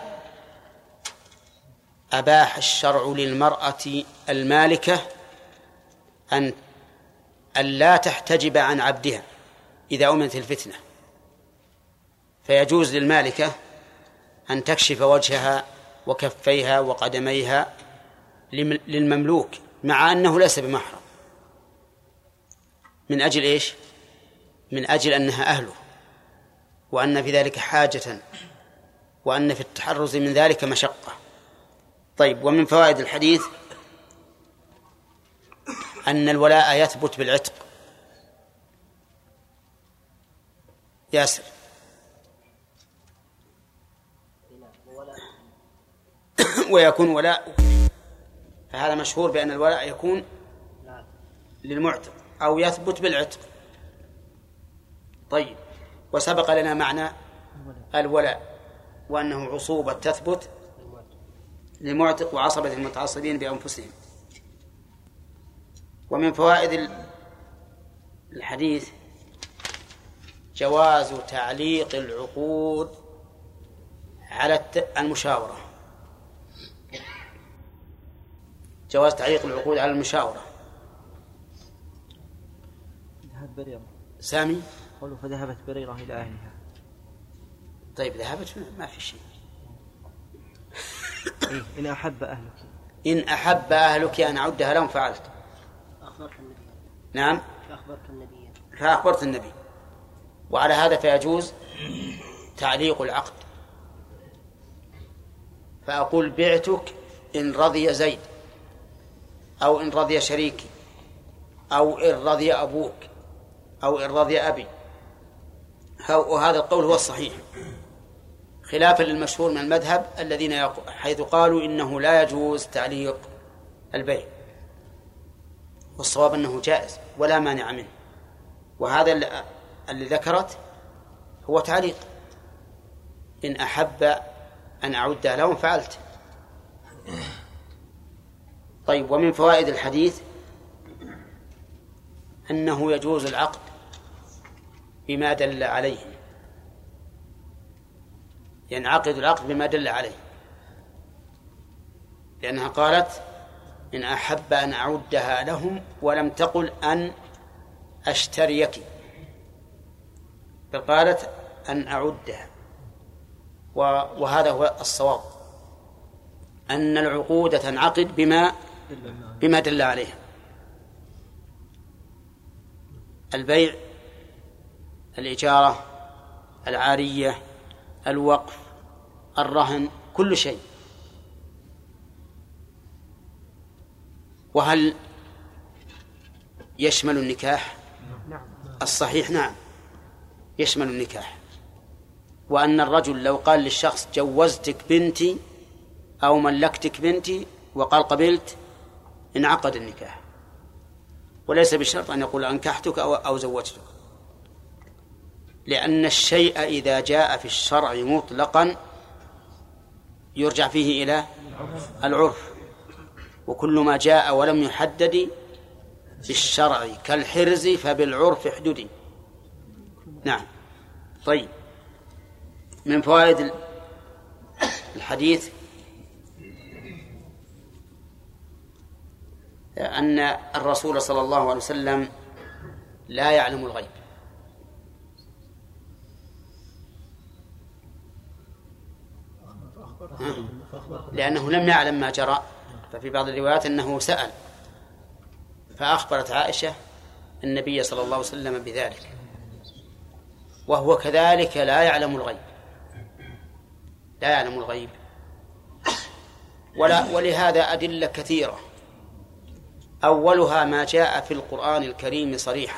Speaker 1: أباح الشرع للمرأة المالكة أن لا تحتجب عن عبدها إذا أمنت الفتنة، فيجوز للمالكة أن تكشف وجهها وكفيها وقدميها للمملوك مع أنه ليس بمحرم. من أجل إيش؟ من أجل أنها أهله، وأن في ذلك حاجة، وأن في التحرز من ذلك مشقة. طيب، ومن فوائد الحديث أن الولاء يثبت بالعتق. ياسر. ويكون ولاء، فهذا مشهور بأن الولاء يكون للمعتق أو يثبت بالعتق. طيب، وسبق لنا معنى الولاء وأنه عصوبة تثبت للمعتق وعصبة المتعصبين بأنفسهم. ومن فوائد الحديث جواز تعليق العقود على المشاورة، جواز تعليق العقود على المشاورة.
Speaker 2: ذهبت بريرة
Speaker 1: سامي
Speaker 2: قوله فذهبت بريرة إلى أهلها.
Speaker 1: طيب ذهبت ما في شيء.
Speaker 2: إيه؟ إن أحب أهلك
Speaker 1: إن أحب أهلك أن أعدها لهم فعلت.
Speaker 4: أخبرت النبي.
Speaker 1: نعم
Speaker 4: فأخبرت النبي
Speaker 1: فأخبرت النبي. وعلى هذا فيجوز تعليق العقد، فأقول بعتك إن رضي زيد، أو إن رضي شريكي، أو إن رضي أبوك، أو إن رضي أبي. وهذا القول هو الصحيح، خلافا للمشهور من المذهب الذين حيث قالوا إنه لا يجوز تعليق البيع، والصواب أنه جائز ولا مانع منه. وهذا اللي ذكرت هو تعليق، إن أحب أن أعد لهم فعلت. طيب، ومن فوائد الحديث أنه يجوز العقد بما دل عليه، ينعقد العقد بما دل عليه، لأنها قالت إن أحب أن أعدها لهم، ولم تقل أن أشتريك، بل قالت أن أعدها. وهذا هو الصواب، أن العقود تنعقد بما بما دل عليه. البيع، الإجارة، العارية، الوقف، الرهن، كل شيء. وهل يشمل النكاح؟ الصحيح نعم يشمل النكاح. وأن الرجل لو قال للشخص جوزتك بنتي أو ملكتك بنتي وقال قبلت، انعقد النكاح، وليس بشرط أن يقول أنكحتك أو, أو زوجتك، لأن الشيء إذا جاء في الشرع مطلقا يرجع فيه إلى العرف، وكل ما جاء ولم يحدد في الشرع كالحرز فبالعرف حدودي. نعم. طيب، من فوائد الحديث أن الرسول صلى الله عليه وسلم لا يعلم الغيب، لأنه لم يعلم ما جرى. ففي بعض الروايات أنه سأل فأخبرت عائشة النبي صلى الله عليه وسلم بذلك، وهو كذلك لا يعلم الغيب، لا يعلم الغيب. ولا ولهذا أدلة كثيرة، أولها ما جاء في القرآن الكريم صريحا،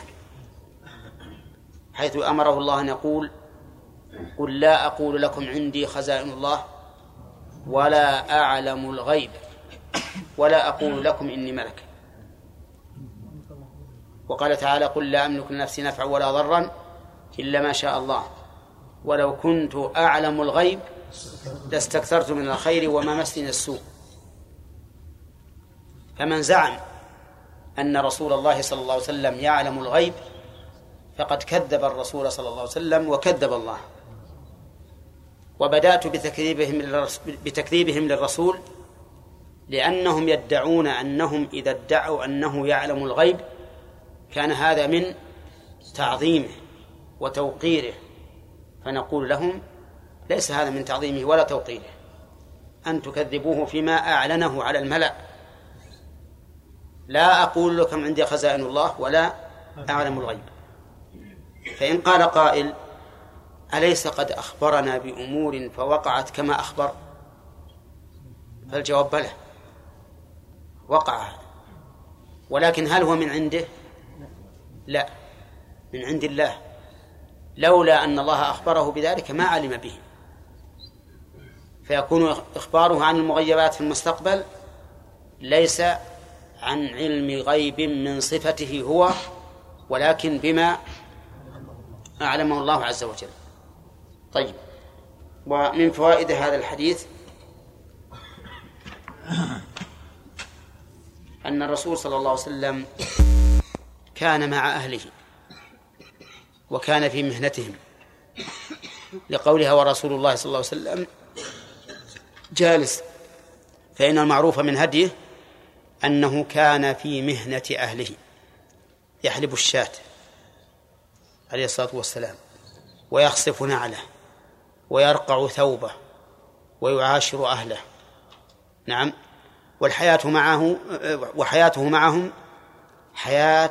Speaker 1: حيث أمره الله أن يقول قل لا أقول لكم عندي خزائن الله ولا أعلم الغيب ولا أقول لكم إني ملك. وقال تعالى قل لا أملك لنفسي نفعا ولا ضرا إلا ما شاء الله ولو كنت أعلم الغيب لاستكثرت من الخير وما مسني السوء. فمن زعم أن رسول الله صلى الله عليه وسلم يعلم الغيب فقد كذب الرسول صلى الله عليه وسلم وكذب الله. وبدأت بتكذيبهم بتكذيبهم للرسول لأنهم يدعون أنهم إذا ادعوا أنه يعلم الغيب كان هذا من تعظيمه وتوقيره، فنقول لهم ليس هذا من تعظيمه ولا توقيره، أن تكذبوه فيما أعلنه على الملأ. لا أقول لكم عندي خزائن الله ولا أعلم الغيب. فإن قال قائل أليس قد أخبرنا بأمور فوقعت كما أخبر؟ فالجواب بلى، وقع، ولكن هل هو من عنده؟ لا، من عند الله، لولا أن الله أخبره بذلك ما علم به. فيكون إخباره عن المغيبات في المستقبل ليس عن علم غيب من صفته هو، ولكن بما أعلمه الله عز وجل. طيب، ومن فوائد هذا الحديث أن الرسول صلى الله عليه وسلم كان مع أهله وكان في مهنتهم، لقولها ورسول الله صلى الله عليه وسلم جالس، فإن المعروف من هديه أنه كان في مهنة أهله، يحلب الشاة عليه الصلاة والسلام، ويخصف نعله، ويرقع ثوبه، ويعاشر أهله. نعم، والحياة معه وحياته معهم حياة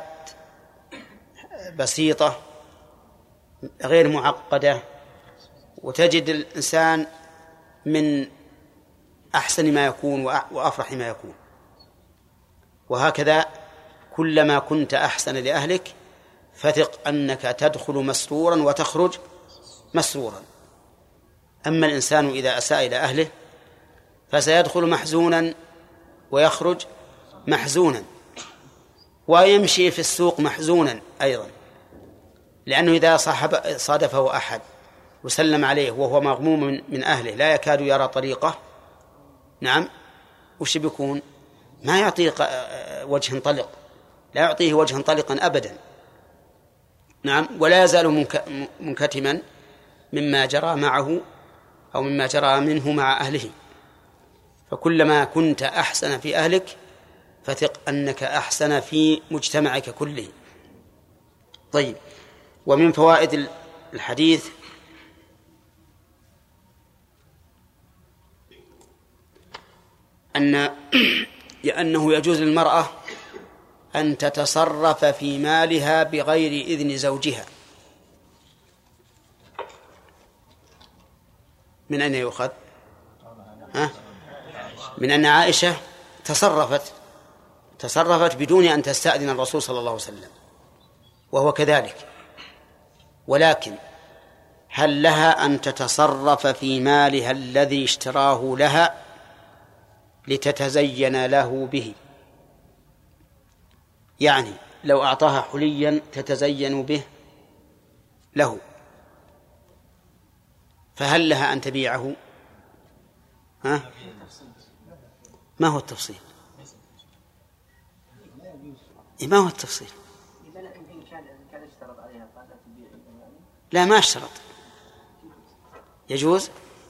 Speaker 1: بسيطة غير معقدة، وتجد الإنسان من أحسن ما يكون وأفرح ما يكون. وهكذا كلما كنت أحسن لأهلك فثق أنك تدخل مسرورا وتخرج مسرورا. أما الإنسان إذا أساء إلى أهله فسيدخل محزونا ويخرج محزونا، ويمشي في السوق محزونا أيضا، لأنه إذا صاحب صادفه أحد وسلم عليه وهو مغموم من أهله لا يكاد يرى طريقه، نعم، وش بيكون؟ ما يعطيه وجه طلق، لا يعطيه وجها طلقا أبدا، نعم، ولا يزال منكتما مما جرى معه أو مما جرى منه مع أهله. فكلما كنت أحسن في أهلك فثق أنك أحسن في مجتمعك كله. طيب، ومن فوائد الحديث أن لأنه يجوز للمرأة أن تتصرف في مالها بغير إذن زوجها. من أين يؤخذ؟ ها؟ من أن عائشة تصرفت تصرفت بدون أن تستأذن الرسول صلى الله عليه وسلم، وهو كذلك. ولكن هل لها أن تتصرف في مالها الذي اشتراه لها لتتزين له به؟ يعني لو أعطاها حليا تتزين به له، فهل لها أن تبيعه؟ ها؟ ما هو التفصيل؟ ما هو التفصيل؟ لا، ما اشترط، يجوز.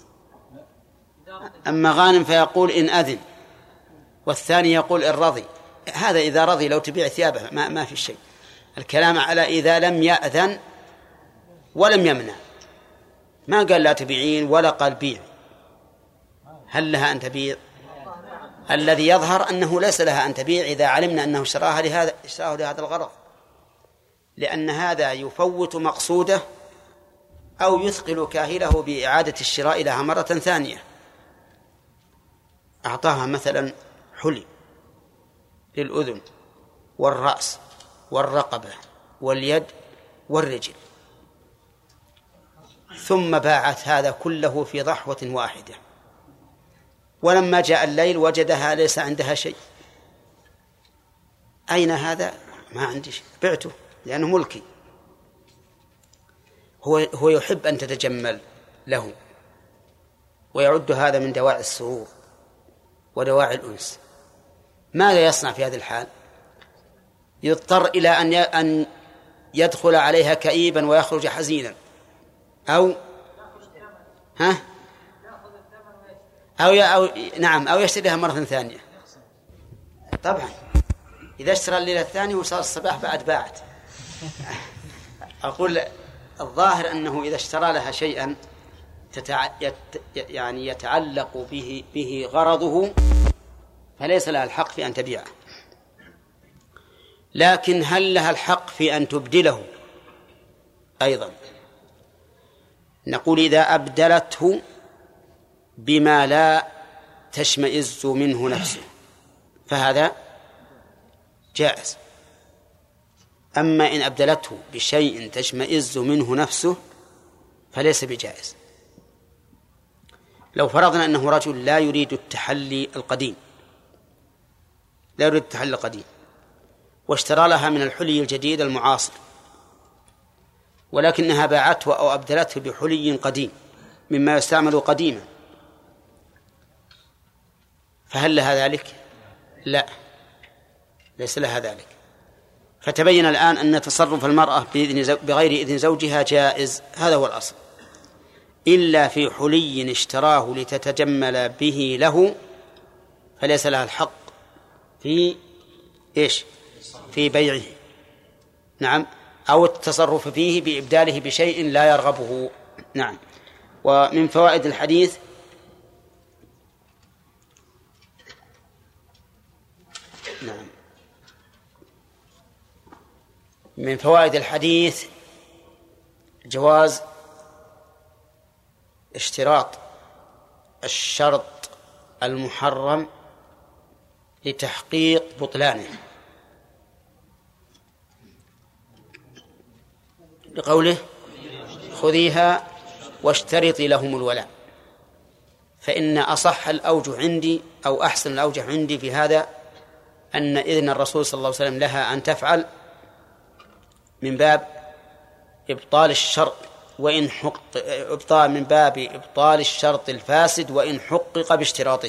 Speaker 1: أما غانم فيقول إن أذن، والثاني يقول إن رضي. هذا إذا رضي لو تبيع ثيابه ما, ما في شيء. الكلام على إذا لم يأذن ولم يمنع، ما قال لا تبيعين ولا قال بيع. هل لها أن تبيع؟ الذي يظهر أنه ليس لها أن تبيع إذا علمنا أنه اشتراها لهذا اشتراه لهذا الغرض، لأن هذا يفوت مقصوده أو يثقل كاهله بإعادة الشراء لها مرة ثانية. أعطاها مثلا حلي للأذن والرأس والرقبة واليد والرجل، ثم باعت هذا كله في ضحوة واحدة، ولما جاء الليل وجدها ليس عندها شيء. أين هذا؟ ما عندي شيء، بعته لأنه ملكي. هو هو يحب أن تتجمل له، ويعد هذا من دواعي السرور ودواعي الأنس. ماذا يصنع في هذه الحال؟ يضطر إلى أن أن يدخل عليها كئيبا ويخرج حزينا، أو ها أو, أو نعم أو يشتريها مرة ثانية. طبعا إذا اشترى الليلة الثانية وصار الصباح بعد باعت. أقول الظاهر أنه إذا اشترى لها شيئا تتع... يت... يعني يتعلق به به غرضه فليس لها الحق في أن تبيعه. لكن هل لها الحق في أن تبدله أيضا؟ نقول إذا أبدلته بما لا تشمئز منه نفسه فهذا جائز. أما إن أبدلته بشيء تشمئز منه نفسه فليس بجائز. لو فرضنا أنه رجل لا يريد التحلي القديم لا يريد التحلي القديم واشترى لها من الحلي الجديد المعاصر، ولكنها باعته أو أبدلته بحلي قديم مما يستعمل قديما، فهل لها ذلك؟ لا، ليس لها ذلك. فتبين الآن أن تصرف المرأة بغير إذن زوجها جائز، هذا هو الأصل، إلا في حلي اشتراه لتتجمل به له فليس لها الحق في إيش؟ في بيعه، نعم، أو التصرف فيه بإبداله بشيء لا يرغبه، نعم. ومن فوائد الحديث نعم من فوائد الحديث جواز اشتراط الشرط المحرم لتحقيق بطلانه، لقوله خذيها واشترطي لهم الولاء. فإن أصح الأوجه عندي أو أحسن الأوجه عندي في هذا أن إذن الرسول صلى الله عليه وسلم لها أن تفعل من باب إبطال الشرط وإن حق إبطال من باب إبطال الشرط الفاسد وإن حقق باشتراطه.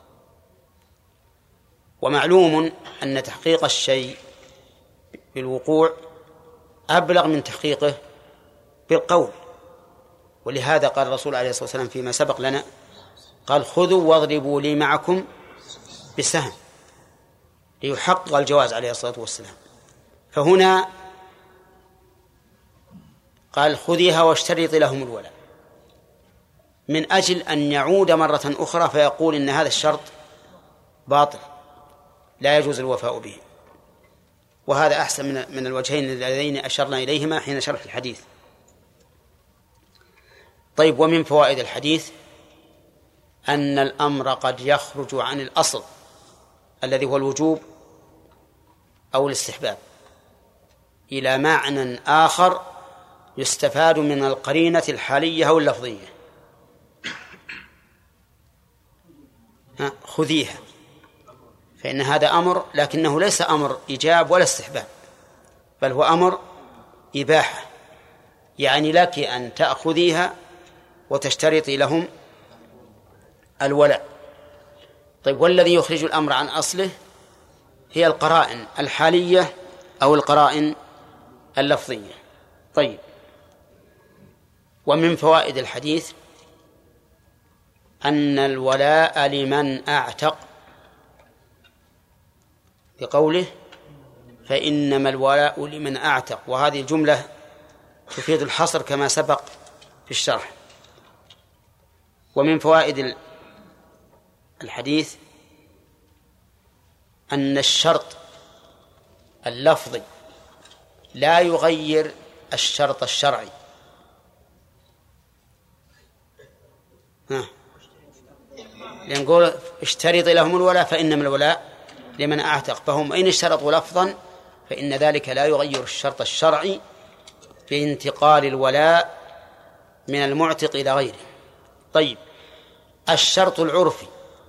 Speaker 1: ومعلوم أن تحقيق الشيء بالوقوع أبلغ من تحقيقه بالقول، ولهذا قال الرسول عليه الصلاة والسلام فيما سبق لنا قال خذوا واضربوا لي معكم بسهم، ليحقق الجواز عليه الصلاة والسلام. فهنا قال خذيها واشترطي لهم الولاء من أجل أن يعود مرة أخرى فيقول إن هذا الشرط باطل لا يجوز الوفاء به. وهذا أحسن من من الوجهين اللذين أشرنا إليهما حين شرح الحديث. طيب، ومن فوائد الحديث أن الأمر قد يخرج عن الأصل الذي هو الوجوب أو الاستحباب إلى معنى آخر يستفاد من القرينة الحالية أو اللفظية. خذيها، فإن هذا أمر لكنه ليس أمر إيجاب ولا استحباب، بل هو أمر إباحة، يعني لك أن تأخذيها وتشترطي لهم الولاء. طيب، والذي يخرج الأمر عن أصله هي القرائن الحالية أو القرائن اللفظية. طيب، ومن فوائد الحديث أن الولاء لمن أعتق، بقوله فإنما الولاء لمن أعتق، وهذه الجملة تفيد الحصر كما سبق في الشرح. ومن فوائد الحديث أن الشرط اللفظي لا يغير الشرط الشرعي. ها لنقول اشترط لهم الولاء فإنما الولاء لمن أعتق، فهم إن اشترطوا لفظا فإن ذلك لا يغير الشرط الشرعي بانتقال الولاء من المعتق إلى غيره. طيب، الشرط العرفي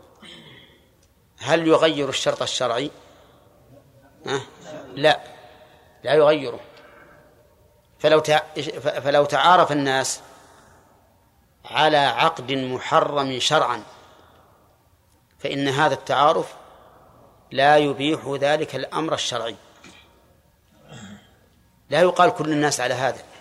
Speaker 1: هل يغير الشرط الشرعي؟ أه؟ لا لا يغيره. فلو فلو تعارف الناس على عقد محرم شرعا فإن هذا التعارف لا يبيح ذلك الأمر الشرعي. لا يقال كل الناس على هذا، لأن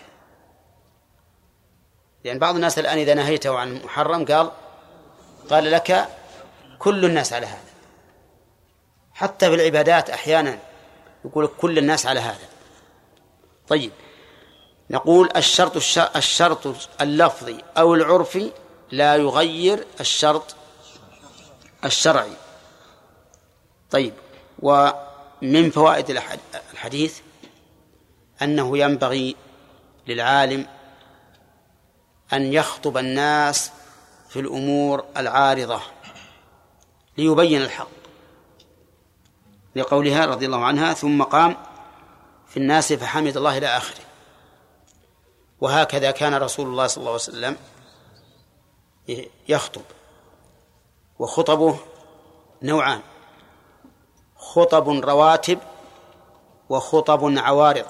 Speaker 1: يعني بعض الناس الآن إذا نهيته عن محرم قال قال لك كل الناس على هذا. حتى في العبادات أحيانا يقول كل الناس على هذا. طيب، نقول الشرط الشرط اللفظي أو العرفي لا يغير الشرط الشرعي. طيب، ومن فوائد الحديث أنه ينبغي للعالم أن يخطب الناس في الأمور العارضة ليبين الحق، لقولها رضي الله عنها ثم قام في الناس فحمد الله إلى آخره. وهكذا كان رسول الله صلى الله عليه وسلم يخطب وخطبه نوعان: خطب رواتب وخطب عوارض.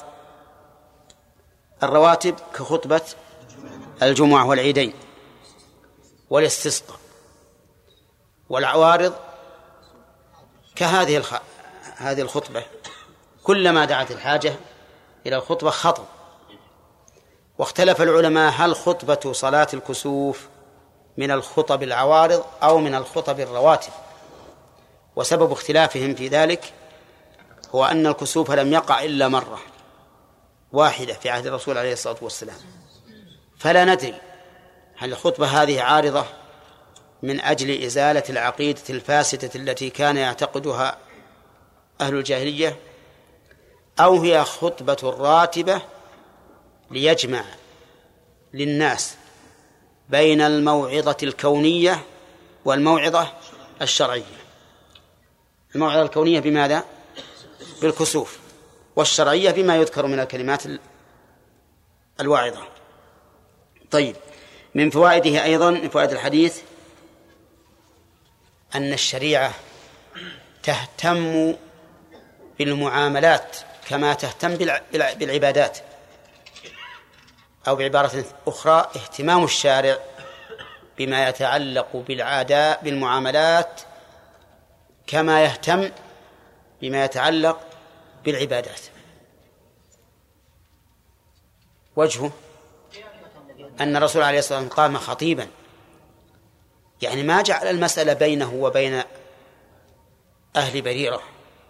Speaker 1: الرواتب كخطبة الجمعة والعيدين والاستسقاء، والعوارض كهذه الخ... هذه الخطبة كلما دعت الحاجة إلى الخطبة خطب. واختلف العلماء هل خطبة صلاة الكسوف من الخطب العوارض أو من الخطب الرواتب، وسبب اختلافهم في ذلك هو أن الكسوف لم يقع إلا مرة واحدة في عهد الرسول عليه الصلاة والسلام، فلا ندري هل الخطبة هذه عارضة من أجل إزالة العقيدة الفاسدة التي كان يعتقدها أهل الجاهلية، أو هي خطبة راتبة ليجمع للناس بين الموعظة الكونية والموعظة الشرعية. الموعظة الكونية بماذا؟ بالكسوف، والشرعية بما يذكر من الكلمات الواعظة. طيب، من فوائده أيضا، من فوائد الحديث أن الشريعة تهتم بالمعاملات كما تهتم بالعبادات، أو بعبارة أخرى اهتمام الشارع بما يتعلق بالعادات بالمعاملات كما يهتم بما يتعلق بالعبادات. وجهه أن الرسول عليه الصلاة والسلام قام خطيبا، يعني ما جعل المسألة بينه وبين أهل بريرة،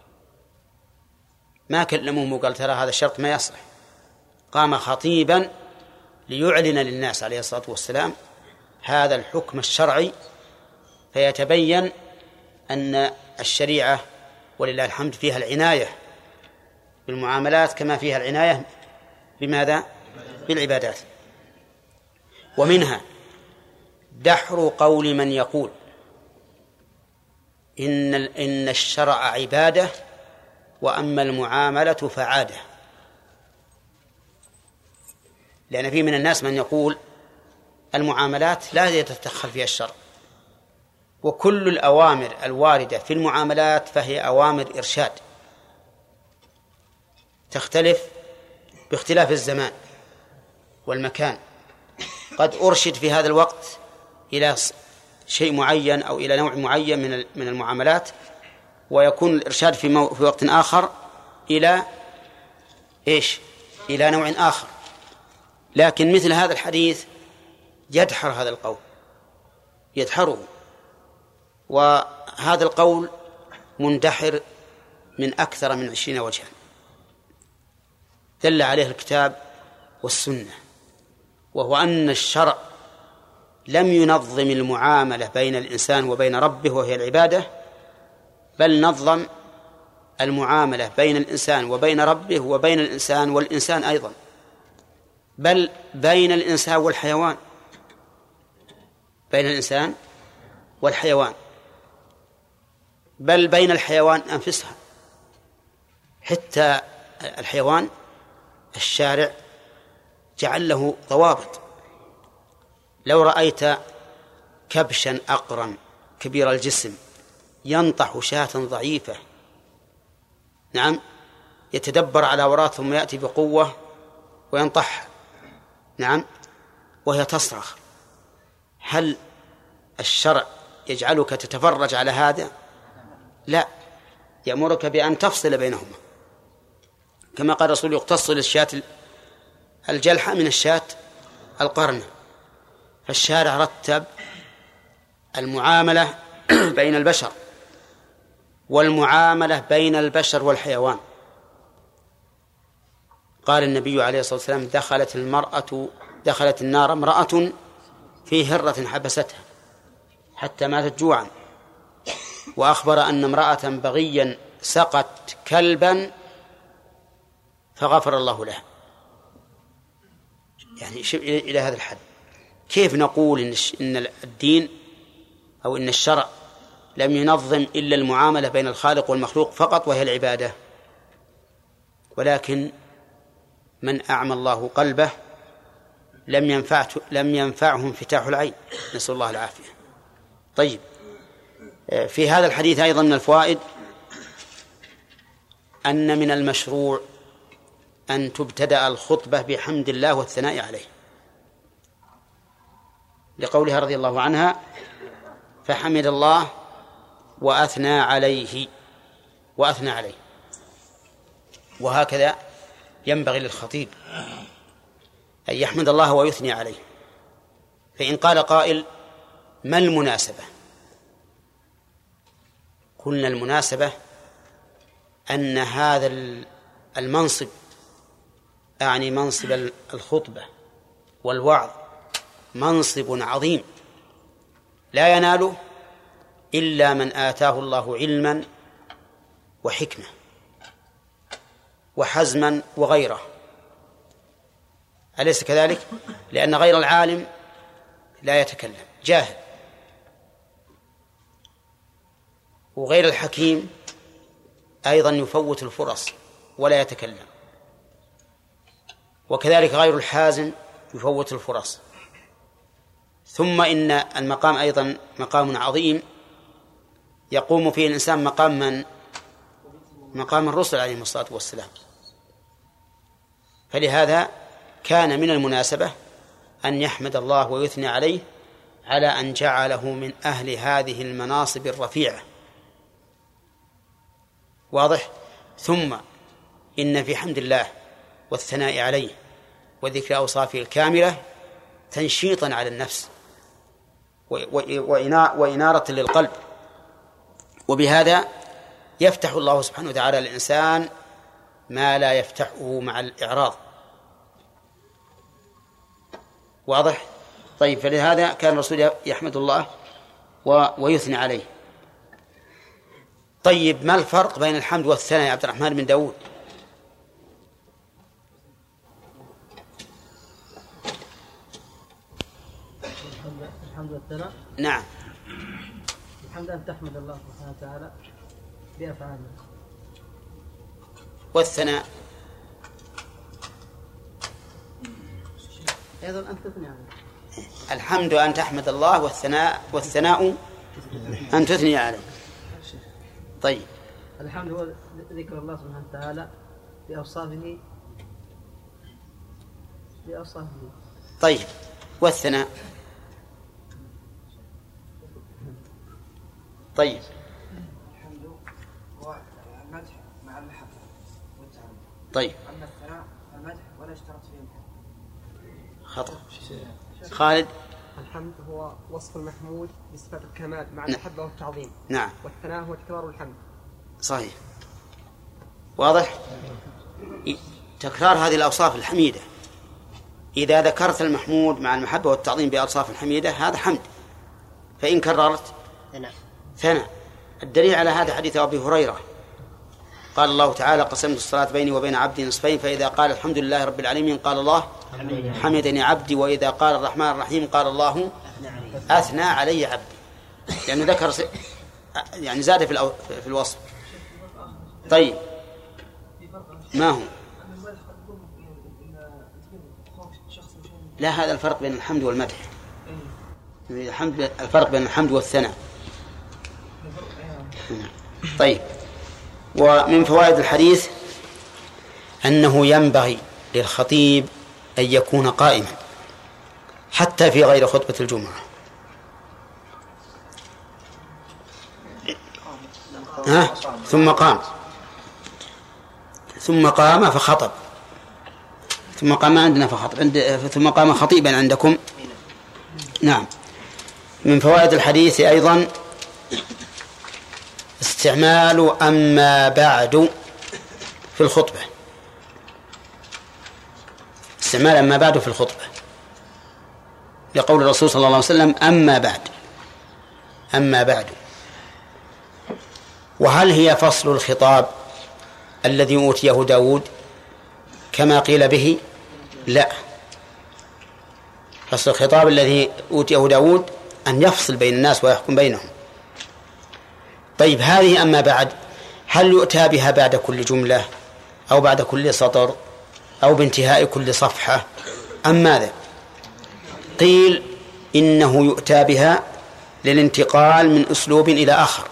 Speaker 1: ما كلموه وقال ترى هذا الشرط ما يصح. قام خطيبا ليعلن للناس عليه الصلاة والسلام هذا الحكم الشرعي، فيتبين أن الشريعة ولله الحمد فيها العناية بالمعاملات كما فيها العناية بماذا؟ بالعبادات. ومنها دحر قول من يقول إن إن الشرع عبادة وأما المعاملة فعادة، لأن في من الناس من يقول المعاملات لا يتدخل فيها الشرع، وكل الأوامر الواردة في المعاملات فهي أوامر إرشاد تختلف باختلاف الزمان والمكان. قد أرشد في هذا الوقت إلى شيء معين أو إلى نوع معين من من المعاملات، ويكون الإرشاد في, مو في وقت آخر إلى إيش؟ إلى نوع آخر. لكن مثل هذا الحديث يدحر هذا القول، يدحره، وهذا القول مندحر من أكثر من عشرين وجها دل عليه الكتاب والسنة، وهو أن الشرع لم ينظم المعاملة بين الإنسان وبين ربه وهي العبادة، بل نظم المعاملة بين الإنسان وبين ربه وبين الإنسان والإنسان أيضا، بل بين الإنسان والحيوان، بين الإنسان والحيوان، بل بين الحيوان أنفسها. حتى الحيوان الشارع جعل له ضوابط. لو رأيت كبشا أقرا كبير الجسم ينطح شاة ضعيفة، نعم، يتدبر على وراء ثم يأتي بقوة وينطح، نعم، وهي تصرخ، هل الشرع يجعلك تتفرج على هذا؟ لا، يأمرك بأن تفصل بينهما، كما قال الرسول يقتص للشاة الجلحة من الشاة القرنة. فالشارع رتب المعاملة بين البشر والمعاملة بين البشر والحيوان. قال النبي عليه الصلاة والسلام دخلت المرأة دخلت النار امرأة في هرة حبستها حتى ماتت جوعا، وأخبر أن امرأة بغيا سقت كلبا فغفر الله لها. يعني إلى هذا الحد كيف نقول إن الدين أو إن الشرع لم ينظم إلا المعاملة بين الخالق والمخلوق فقط وهي العبادة؟ ولكن من أعمى الله قلبه لم ينفعه لم ينفعه انفتاح العين، نسأل الله العافية. طيب، في هذا الحديث أيضا من الفوائد أن من المشروع أن تبتدأ الخطبة بحمد الله والثناء عليه، لقولها رضي الله عنها: فحمد الله وأثنى عليه وأثنى عليه. وهكذا ينبغي للخطيب أن يحمد الله ويثني عليه. فإن قال قائل: ما المناسبة؟ قلنا المناسبة أن هذا المنصب، أعني منصب الخطبة والوعظ، منصب عظيم لا يناله إلا من آتاه الله علما وحكمة وحزما وغيره، أليس كذلك؟ لأن غير العالم لا يتكلم، جاهل، وغير الحكيم أيضا يفوت الفرص ولا يتكلم، وكذلك غير الحازم يفوت الفرص. ثم إن المقام أيضا مقام عظيم يقوم فيه الإنسان مقام من؟ مقام الرسل عليهم الصلاة والسلام. فلهذا كان من المناسبة أن يحمد الله ويثني عليه على أن جعله من أهل هذه المناصب الرفيعة. واضح؟ ثم إن في حمد الله والثناء عليه وذكر أوصافه الكاملة تنشيطا على النفس وإنارة للقلب، وبهذا يفتح الله سبحانه وتعالى للإنسان ما لا يفتحه مع الإعراض. واضح؟ طيب، فلهذا كان الرسول يحمد الله ويثني عليه. طيب، ما الفرق بين الحمد والثناء يا عبد الرحمن بن داود؟
Speaker 2: الحمد والثناء.
Speaker 1: نعم.
Speaker 2: الحمد أن تحمد الله سبحانه وتعالى بأفعاله.
Speaker 1: والثناء
Speaker 2: أيضا أن تثني عليه.
Speaker 1: الحمد أن تحمد الله، والثناء والثناء أن تثني عليه. طيب،
Speaker 2: الحمد هو ذكر الله سبحانه وتعالى بأوصافه بأوصافه.
Speaker 1: طيب، والثناء؟ طيب،
Speaker 5: الحمد هو المدح مع المحبة والتعظيم.
Speaker 1: طيب،
Speaker 5: أما الثناء فالمدح ولا اشترط فيه المحبة.
Speaker 1: خطأ. خالد؟
Speaker 5: الحمد هو وصف المحمود بصفة الكمال مع
Speaker 1: نعم.
Speaker 5: المحبة والتعظيم.
Speaker 1: نعم.
Speaker 5: والثناء هو تكرار الحمد.
Speaker 1: صحيح. واضح؟ تكرار هذه الأوصاف الحميدة، إذا ذكرت المحمود مع المحبة والتعظيم بأوصاف الحميدة هذا حمد، فإن كررت ثناء. الدليل على هذا حديث أبي هريرة قال الله تعالى: قسمت الصلاة بيني وبين عبدي نصفين، فإذا قال الحمد لله رب العالمين قال الله حمدني عبدي، وإذا قال الرحمن الرحيم قال الله أثنى علي عبدي، لأنه يعني ذكر يعني زاد في, في الوصف. طيب، ما هو؟ لا، هذا الفرق بين الحمد والمدح. الحمد الفرق بين الحمد والثناء. طيب، ومن فوائد الحديث أنه ينبغي للخطيب أن يكون قائما حتى في غير خطبة الجمعة. ها؟ ثم قام ثم قام فخطب ثم قام عندنا فخطب عند ثم قام خطيبا عندكم. نعم. من فوائد الحديث أيضا استعمال أما بعد في الخطبة، استعمال أما بعد في الخطبة، لقول الرسول صلى الله عليه وسلم: أما بعد أما بعد. وهل هي فصل الخطاب الذي أوتيه داود كما قيل به؟ لا، فصل الخطاب الذي أوتيه داود أن يفصل بين الناس ويحكم بينهم. طيب، هذه أما بعد هل يؤتى بها بعد كل جملة أو بعد كل سطر أو بانتهاء كل صفحة أم ماذا؟ قيل إنه يؤتى بها للانتقال من أسلوب إلى آخر،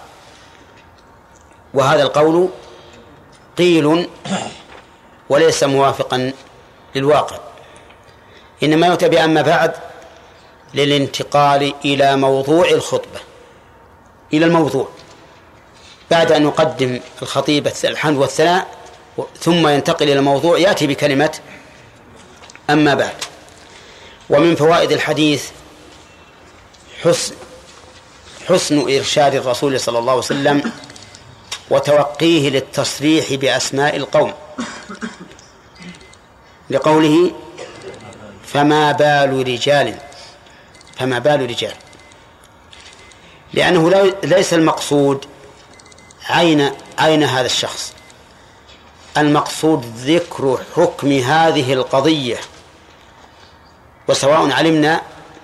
Speaker 1: وهذا القول قيل وليس موافقا للواقع، إنما يؤتى بأما بعد للانتقال إلى موضوع الخطبة، إلى الموضوع بعد أن يقدم الخطيب الحمد والثناء ثم ينتقل إلى الموضوع يأتي بكلمة أما بعد. ومن فوائد الحديث حسن حسن إرشاد الرسول صلى الله عليه وسلم وتوقيه للتصريح بأسماء القوم، لقوله فما بال رجال، فما بال رجال، لأنه ليس المقصود عين عين هذا الشخص، المقصود ذكر حكم هذه القضية، وسواء علمنا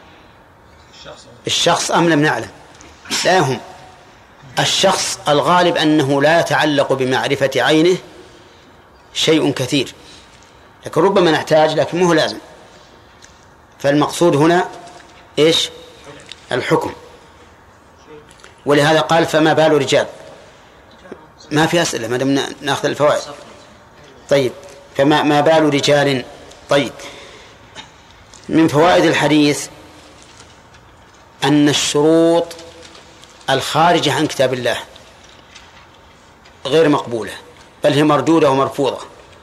Speaker 1: الشخص أم لم نعلم لا يهم. الشخص الغالب أنه لا يتعلق بمعرفة عينه شيء كثير، لكن ربما نحتاج لكن مو لازم. فالمقصود هنا إيش؟ الحكم. ولهذا قال فما بال رجال، ما في أسئلة ما دمنا نأخذ الفوائد. طيب فما ما بال رجال. طيب من فوائد الحديث أن الشروط الخارجة عن كتاب الله غير مقبولة، بل هي مردودة ومرفوضة،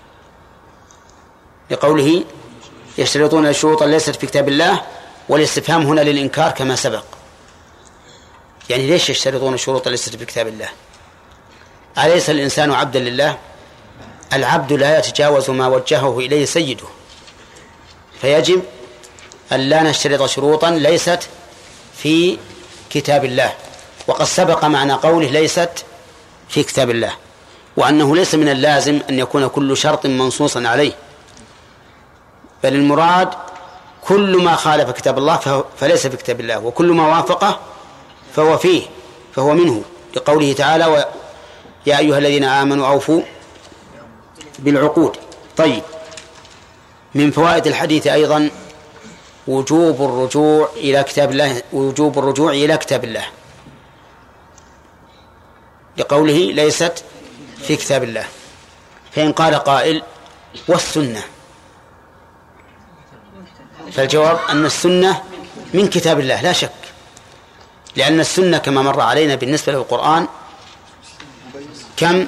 Speaker 1: لقوله يشترطون الشروط ليست في كتاب الله، والاستفهام هنا للإنكار كما سبق. يعني ليش يشترطون الشروط ليست في كتاب الله؟ أليس الإنسان عبدا لله؟ العبد لا يتجاوز ما وجهه إليه سيده، فيجب أن لا نشترط شروطا ليست في كتاب الله. وقد سبق معنى قوله ليست في كتاب الله، وأنه ليس من اللازم أن يكون كل شرط منصوصا عليه، بل المراد كل ما خالف كتاب الله فليس في كتاب الله، وكل ما وافقه فهو فيه فهو منه، لقوله تعالى و يا أيها الذين آمنوا أوفوا بالعقود. طيب من فوائد الحديث أيضا وجوب الرجوع إلى كتاب الله، وجوب الرجوع إلى كتاب الله، لقوله ليست في كتاب الله. فإن قال قائل والسنة، فالجواب أن السنة من كتاب الله لا شك، لأن السنة كما مر علينا بالنسبة للقرآن كم؟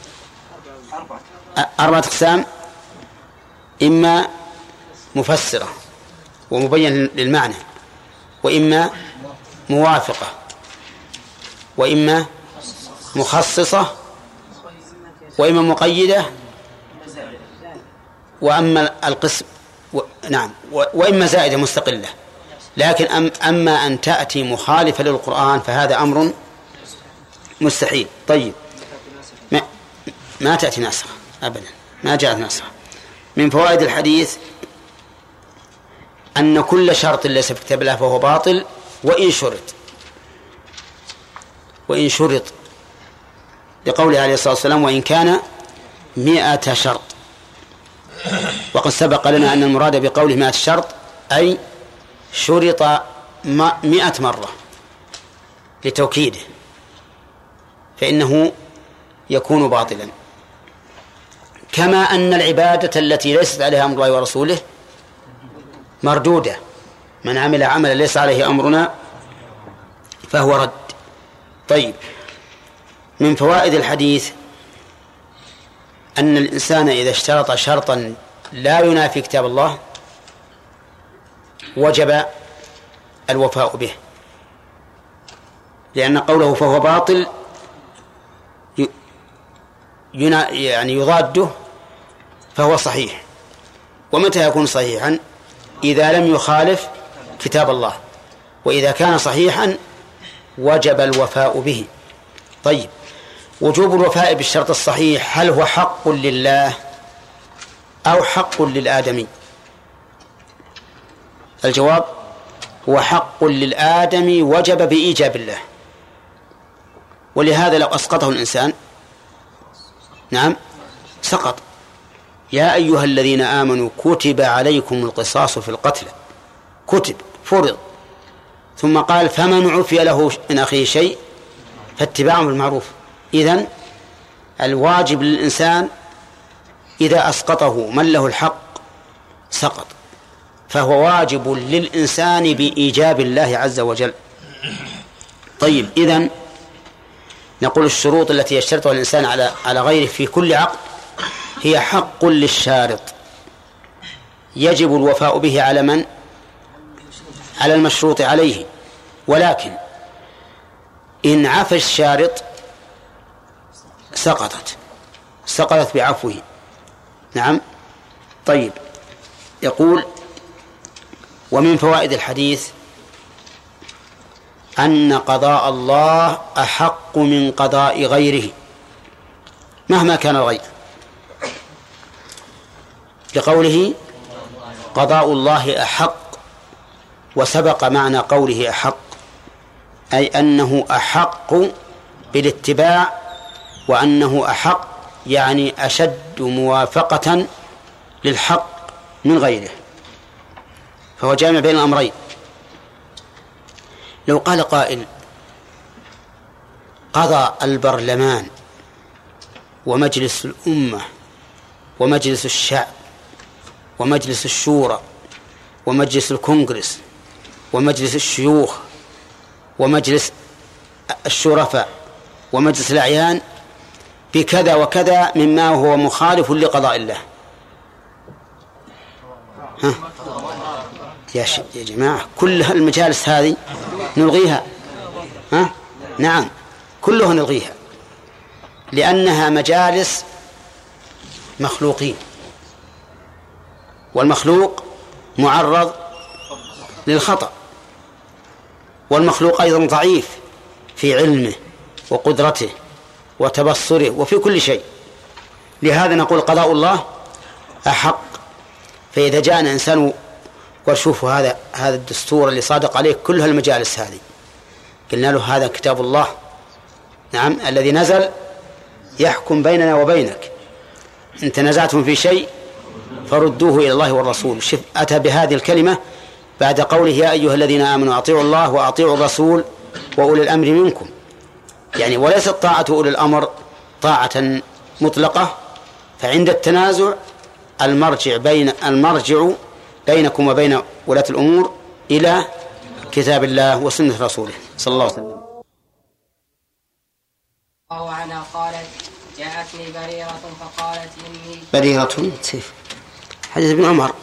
Speaker 1: أربعة أقسام: إما مفسرة ومبين للمعنى، وإما موافقة، وإما مخصصة، وإما مقيدة، وأما القسم و... نعم و... وإما زائدة مستقلة. لكن أم... أما أن تأتي مخالفة للقرآن فهذا أمر مستحيل. طيب ما, ما تأتي ناسخة أبدا، ما جاءت ناسخة. من فوائد الحديث أن كل شرط ليس في كتاب الله فهو باطل، وإن شرط وإن شرط لقوله عليه الصلاة والسلام وإن كان مئة شرط. وقد سبق لنا أن المراد بقوله مئة شرط أي شرط مئة مرة لتوكيده، فإنه يكون باطلا. كما أن العبادة التي ليست عليها أمر الله ورسوله مردودة، من عمل عملا ليس عليه أمرنا فهو رد. طيب من فوائد الحديث أن الإنسان إذا اشترط شرطا لا ينافي كتاب الله وجب الوفاء به، لأن قوله فهو باطل يعني يضاده فهو صحيح. ومتى يكون صحيحا؟ إذا لم يخالف كتاب الله، وإذا كان صحيحا وجب الوفاء به. طيب وجوب الوفاء بالشرط الصحيح هل هو حق لله أو حق للآدمي؟ الجواب هو حق للآدمي وجب بإيجاب الله، ولهذا لو أسقطه الإنسان نعم سقط. يا أيها الذين آمنوا كتب عليكم القصاص في القتل، كتب فرض، ثم قال فمن عفي له من أخيه شيء فاتباعه بالمعروف. إذن الواجب للإنسان إذا أسقطه من له الحق سقط، فهو واجب للإنسان بإيجاب الله عز وجل. طيب، إذن نقول الشروط التي يشترطها الإنسان على على غيره في كل عقد هي حق للشارط يجب الوفاء به على من؟ على المشروط عليه. ولكن إن عفى الشارط سقطت سقطت بعفوه. نعم. طيب، يقول ومن فوائد الحديث أن قضاء الله أحق من قضاء غيره مهما كان الغير، لقوله قضاء الله أحق، وسبق معنى قوله أحق أي أنه أحق بالاتباع، وأنه أحق يعني أشد موافقة للحق من غيره، فهو جامع بين الأمرين. لو قال قائل قضى البرلمان ومجلس الأمة ومجلس الشعب ومجلس الشورى ومجلس الكونغرس ومجلس الشيوخ ومجلس الشرفاء ومجلس الأعيان بكذا وكذا مما هو مخالف لقضاء الله، ها يا, يا جماعة كل المجالس هذه نلغيها؟ ها؟ نعم، كلها نلغيها، لأنها مجالس مخلوقين، والمخلوق معرض للخطأ، والمخلوق أيضا ضعيف في علمه وقدرته وتبصره وفي كل شيء. لهذا نقول قضاء الله أحق. فإذا جاءنا إنسان وشوفوا هذا هذا الدستور اللي صادق عليه كل هالمجالس هذه، قلنا له هذا كتاب الله، نعم، الذي نزل يحكم بيننا وبينك، إن تنازعتم في شيء فردوه إلى الله والرسول. شف أتى بهذه الكلمة بعد قوله يا أيها الذين آمنوا أطيعوا الله وأطيعوا الرسول وأولي الأمر منكم، يعني وليست طاعة أولي الأمر طاعة مطلقة، فعند التنازع المرجع بين المرجع بينكم وبين ولاة الأمور إلى كتاب الله وسنة رسوله صلى الله عليه وسلم.
Speaker 9: الله عنها قالت جاءتني بريرة فقالت إني
Speaker 1: بريرة سيف حديث ابن عمر.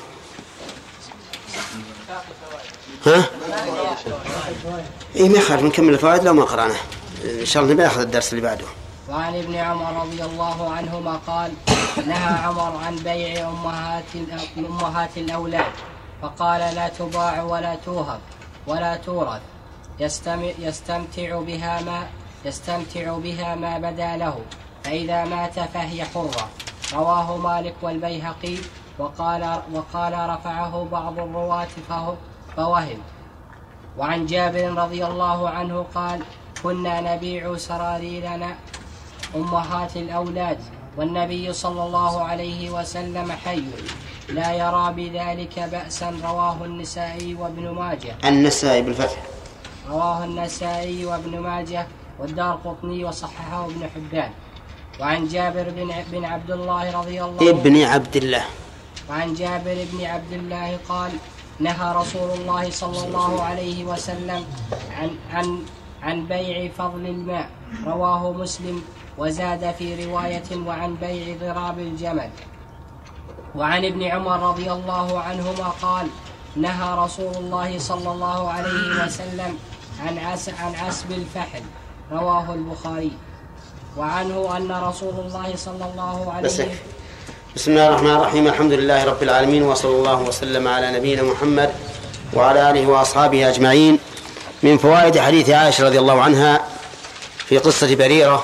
Speaker 1: ها؟ إيه ما يخرج نكمل الفوائد لو ما قرأناه إن شاء الله نأخذ الدرس اللي بعده.
Speaker 9: وعن ابن عمر رضي الله عنهما قال نهى عمر عن بيع أمهات أمهات الأولاد، فقال لا تباع ولا توهب ولا تورث، يستمتع بها ما يستمتع بها ما بدا له، فإذا مات فهي حرة. رواه مالك والبيهقي، وقال وقال رفعه بعض الرواة فوهم. وعن جابر رضي الله عنه قال كنا نبيع سراريرنا أمهات الأولاد والنبي صلى الله عليه وسلم حي لا يرى بذلك بأسا. رواه النسائي وابن ماجه.
Speaker 1: النسائي بالفتح.
Speaker 9: رواه النسائي وابن ماجه والدارقطني وصححه ابن حبان. وعن جابر بن بن عبد الله رضي الله
Speaker 1: ابن عبد الله
Speaker 9: وعن جابر بن عبد الله قال نهى رسول الله صلى الله عليه وسلم عن عن عن بيع فضل الماء. رواه مسلم وزاد في رواية وعن بيع ضراب الجمل. وعن ابن عمر رضي الله عنهما قال نهى رسول الله صلى الله عليه وسلم عن عس عن عسب الفحل. رواه البخاري. وعنه أن رسول الله صلى الله عليه وسلم.
Speaker 1: بسم الله الرحمن الرحيم، الحمد لله رب العالمين، وصلى الله وسلم على نبينا محمد وعلى آله وأصحابه أجمعين. من فوائد حديث عائشة رضي الله عنها في قصة بريرة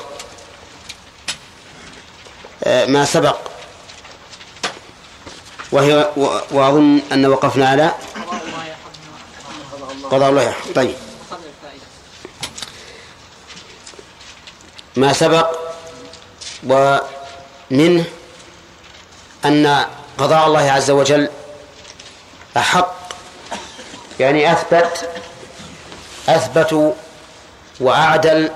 Speaker 1: ما سبق، وهي وأظن أن وقفنا على قضاء الله يحكم. طيب، ما سبق ومنه أن قضاء الله عز وجل أحق، يعني أثبت أثبت وأعدل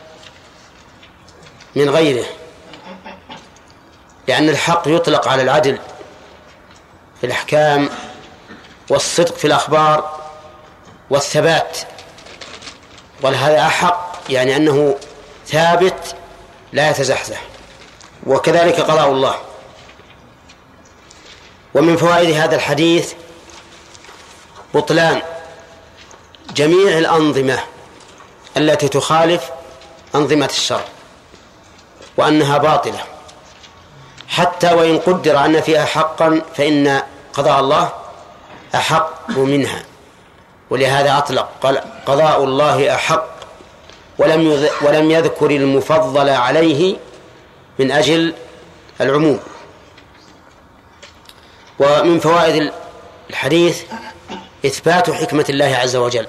Speaker 1: من غيره، لأن الحق يطلق على العدل في الأحكام والصدق في الأخبار والثبات، ولهذا أحق يعني أنه ثابت لا يتزحزح، وكذلك قضاء الله. ومن فوائد هذا الحديث بطلان جميع الأنظمة التي تخالف أنظمة الشرع، وأنها باطلة، حتى وإن قدر أن فيها حقا فإن قضاء الله أحق منها، ولهذا أطلق قال قضاء الله أحق، ولم ولم يذكر المفضل عليه من أجل العموم. ومن فوائد الحديث إثبات حكمة الله عز وجل،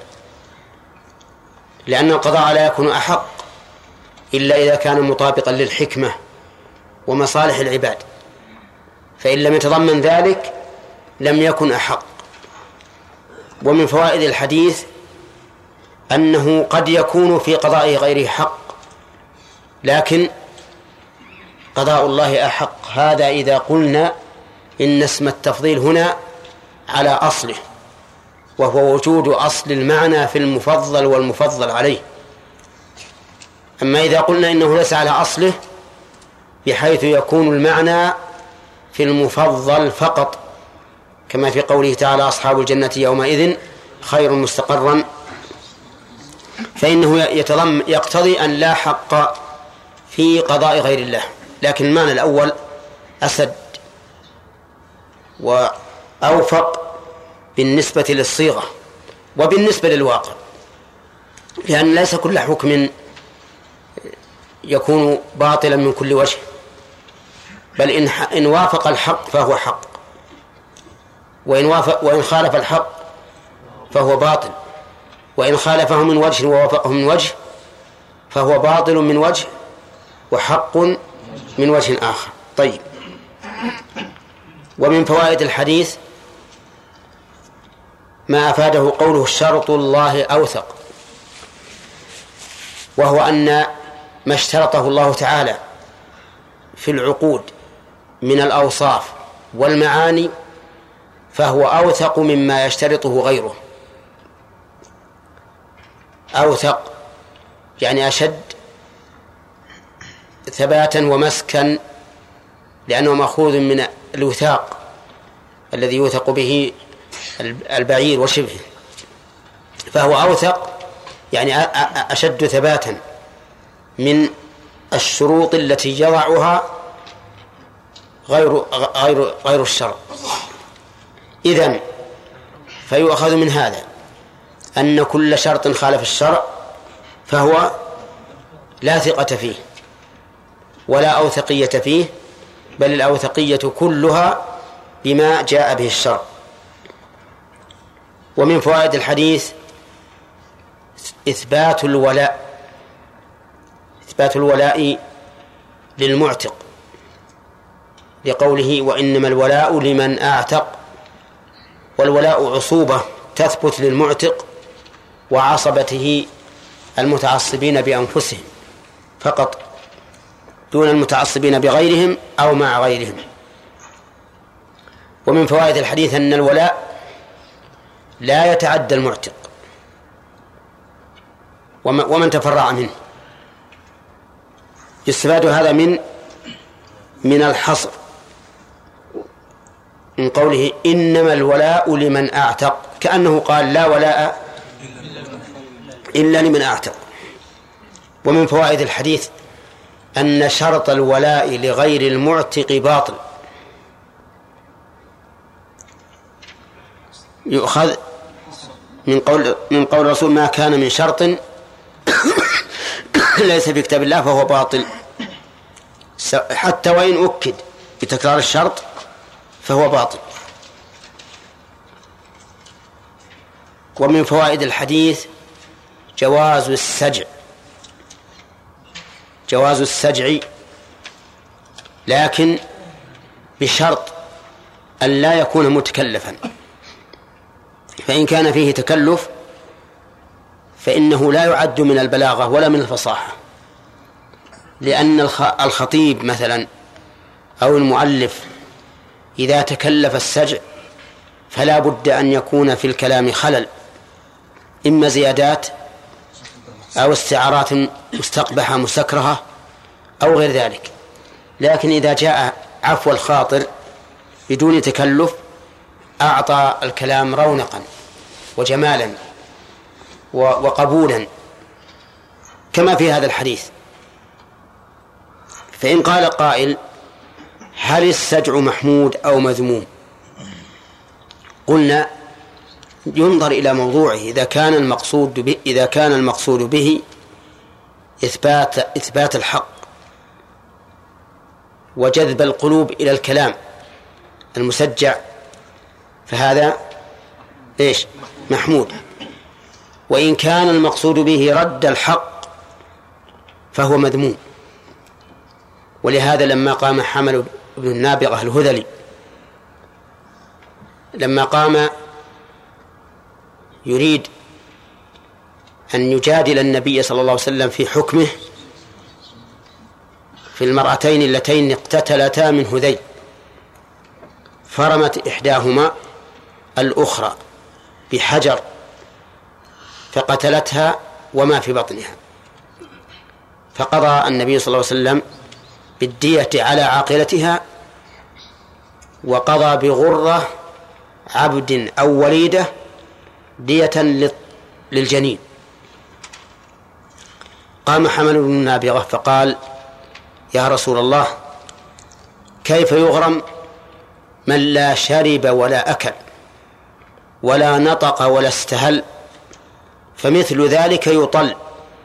Speaker 1: لأن القضاء لا يكون أحق إلا إذا كان مطابقا للحكمة ومصالح العباد، فإن لم يتضمن ذلك لم يكن أحق. ومن فوائد الحديث أنه قد يكون في قضاء غيره حق، لكن قضاء الله أحق. هذا إذا قلنا إن اسم التفضيل هنا على أصله، وهو وجود أصل المعنى في المفضل والمفضل عليه. أما إذا قلنا إنه ليس على أصله بحيث يكون المعنى في المفضل فقط، كما في قوله تعالى أصحاب الجنة يومئذ خير مستقرا، فإنه يتضمن يقتضي أن لا حق في قضاء غير الله. لكن المعنى الأول أسد وأوفق بالنسبة للصيغة وبالنسبة للواقع، لأن ليس كل حكم يكون باطلا من كل وجه، بل إن, إن وافق الحق فهو حق، وإن, وافق وإن خالف الحق فهو باطل، وإن خالفه من وجه ووافقه من وجه فهو باطل من وجه وحق من وجه آخر. طيب، ومن فوائد الحديث ما أفاده قوله شرط الله أوثق، وهو أن ما اشترطه الله تعالى في العقود من الأوصاف والمعاني فهو أوثق مما يشترطه غيره. أوثق يعني أشد ثباتا ومسكا، لأنه مأخوذ من الوثاق الذي يوثق به البعير وشبهه، فهو أوثق يعني أشد ثباتا من الشروط التي يضعها غير غير غير الشرع. إذن فيؤخذ من هذا أن كل شرط خالف الشرع فهو لا ثقة فيه ولا أوثقية فيه، بل الأوثقية كلها بما جاء به الشرع. ومن فوائد الحديث إثبات الولاء، إثبات الولاء للمعتق، لقوله وإنما الولاء لمن أعتق، والولاء عصوبة تثبت للمعتق وعصبته المتعصبين بأنفسهم فقط، دون المتعصبين بغيرهم أو مع غيرهم. ومن فوائد الحديث أن الولاء لا يتعدى المعتق ومن تفرع منه. يستفاد هذا من من الحصر من قوله إنما الولاء لمن أعتق، كأنه قال لا ولاء إلا لمن أعتق. ومن فوائد الحديث أن شرط الولاء لغير المعتق باطل، يؤخذ من قول من قول الرسول ما كان من شرط ليس في كتاب الله فهو باطل، حتى وإن أكد بتكرار الشرط فهو باطل. ومن فوائد الحديث جواز السجع، جواز السجع لكن بشرط أن لا يكون متكلفا، فإن كان فيه تكلف فإنه لا يعد من البلاغة ولا من الفصاحة، لأن الخطيب مثلا أو المؤلف إذا تكلف السجع فلا بد أن يكون في الكلام خلل، إما زيادات أو استعارات مستقبحة مستكرهة أو غير ذلك. لكن إذا جاء عفو الخاطر بدون تكلف أعطى الكلام رونقا وجمالا وقبولا كما في هذا الحديث. فإن قال قائل هل السجع محمود أو مذموم؟ قلنا ينظر إلى موضوعه. إذا كان المقصود به إذا كان المقصود به إثبات إثبات الحق وجذب القلوب إلى الكلام المسجع فهذا إيش؟ محمود. وإن كان المقصود به رد الحق فهو مذموم. ولهذا لما قام حمل بن النابغة الهذلي لما قام يريد أن يجادل النبي صلى الله عليه وسلم في حكمه في المرأتين اللتين اقتتلتا من هذيل، فرمت إحداهما الأخرى بحجر فقتلتها وما في بطنها، فقضى النبي صلى الله عليه وسلم بالدية على عاقلتها، وقضى بغرة عبد أو وليدة دية للجنين. قام حمل بن النابغة فقال يا رسول الله كيف يغرم من لا شرب ولا أكل ولا نطق ولا استهل، فمثل ذلك يطل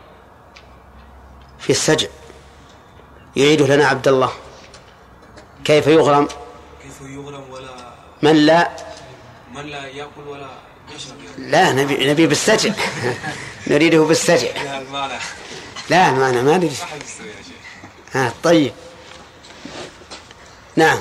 Speaker 1: في السجع. يعيده لنا عبد الله. كيف يغرم
Speaker 10: كيف يغرم ولا
Speaker 1: من لا
Speaker 10: من لا يأكل ولا يشرب؟
Speaker 1: لا نبي نبي بالسجع نريده بالسجع. لا المعنى ما نريد. ها طيب نعم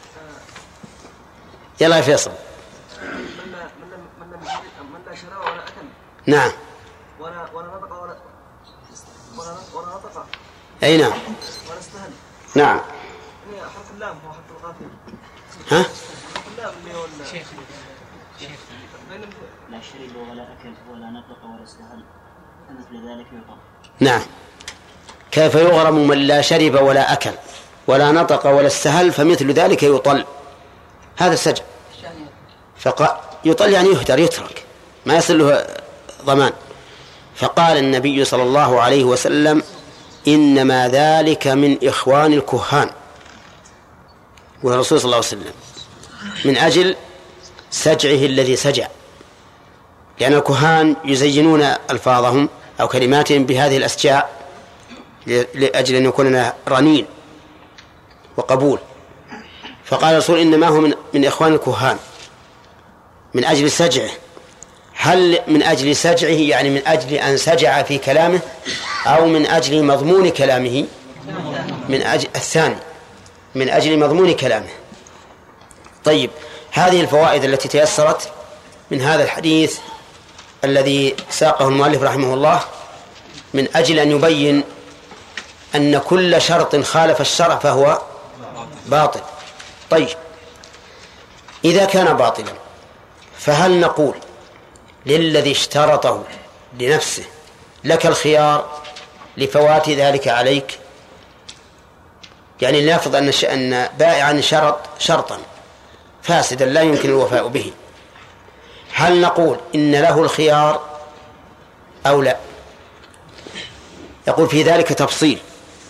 Speaker 1: يلا يا فيصل.
Speaker 5: من لا من لا من لا شرب ولا أكل
Speaker 1: نعم
Speaker 5: ولا ولا نطق ولا ولا ولا نطق
Speaker 1: أي نعم
Speaker 5: ولا استهل.
Speaker 1: نعم
Speaker 5: هي حرف اللام هو حرف القافية.
Speaker 1: ها
Speaker 5: حرف اللام اللي هو
Speaker 6: شيخ شيخ
Speaker 4: لا شرب ولا أكل ولا نطق ولا استهل مثل ذلك يطلق.
Speaker 1: نعم. كيف يغرم من لا شرب ولا أكل ولا نطق ولا استهل فمثل ذلك يطل. هذا السجع. فق... يطل يعني يهدر يترك ما يصل له ضمان. فقال النبي صلى الله عليه وسلم إنما ذلك من إخوان الكهان. والرسول صلى الله عليه وسلم من أجل سجعه الذي سجع، لأن الكهان يزينون ألفاظهم أو كلماتهم بهذه الأسجاع لأجل أن يكون لنا رنين وقبول. فقال الرسول إنما هو من, من إخوان الكهان من أجل سجعه. هل من أجل سجعه يعني من أجل أن سجع في كلامه أو من أجل مضمون كلامه؟ من أجل الثاني، من أجل مضمون كلامه. طيب هذه الفوائد التي تيسرت من هذا الحديث الذي ساقه المؤلف رحمه الله من أجل أن يبين أن كل شرط خالف الشرع فهو باطل. طيب إذا كان باطلا فهل نقول للذي اشترطه لنفسه لك الخيار لفوات ذلك عليك؟ يعني لنفرض أن أن بائعا شرط شرطا فاسدا لا يمكن الوفاء به، هل نقول إن له الخيار أو لا؟ يقول في ذلك تفصيل.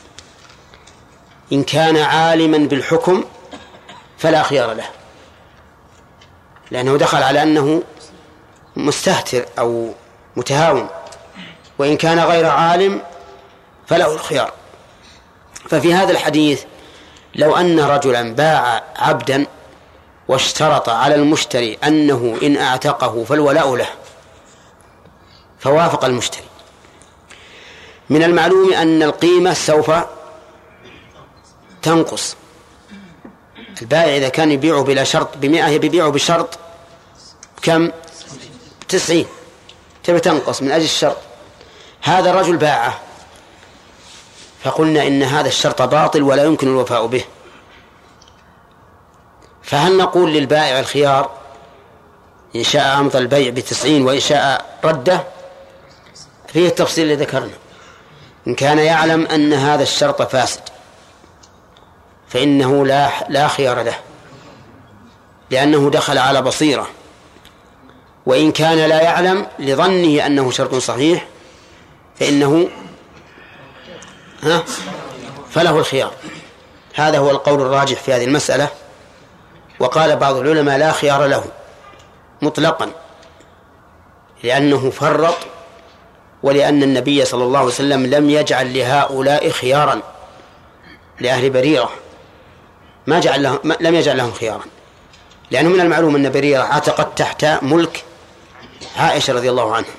Speaker 1: إن كان عالما بالحكم فلا خيار له، لأنه دخل على أنه مستهتر أو متهاون. وإن كان غير عالم فله الخيار. ففي هذا الحديث لو أن رجلا باع عبدا واشترط على المشتري أنه إن أعتقه فالولاء له فوافق المشتري، من المعلوم أن القيمة سوف تنقص. البائع إذا كان يبيعه بلا شرط بمئة يبيعه بشرط كم؟ تسعين، تبي تنقص من أجل الشرط. هذا الرجل باعه، فقلنا إن هذا الشرط باطل ولا يمكن الوفاء به، فهل نقول للبائع الخيار إن شاء أمضى البيع بتسعين وإن شاء رده؟ فيه التفصيل الذي ذكرنا. إن كان يعلم أن هذا الشرط فاسد فإنه لا لا خيار له، لأنه دخل على بصيرة. وإن كان لا يعلم لظنه أنه شرط صحيح فإنه ها فله الخيار. هذا هو القول الراجح في هذه المسألة. وقال بعض العلماء لا خيار له مطلقا، لأنه فرط، ولأن النبي صلى الله عليه وسلم لم يجعل لهؤلاء خيارا، لأهل بريرة ما جعل لهم لم يجعل لهم خيارا، لأنه من المعلوم أن بريرة عتقت تحت ملك عائشة رضي الله عنها.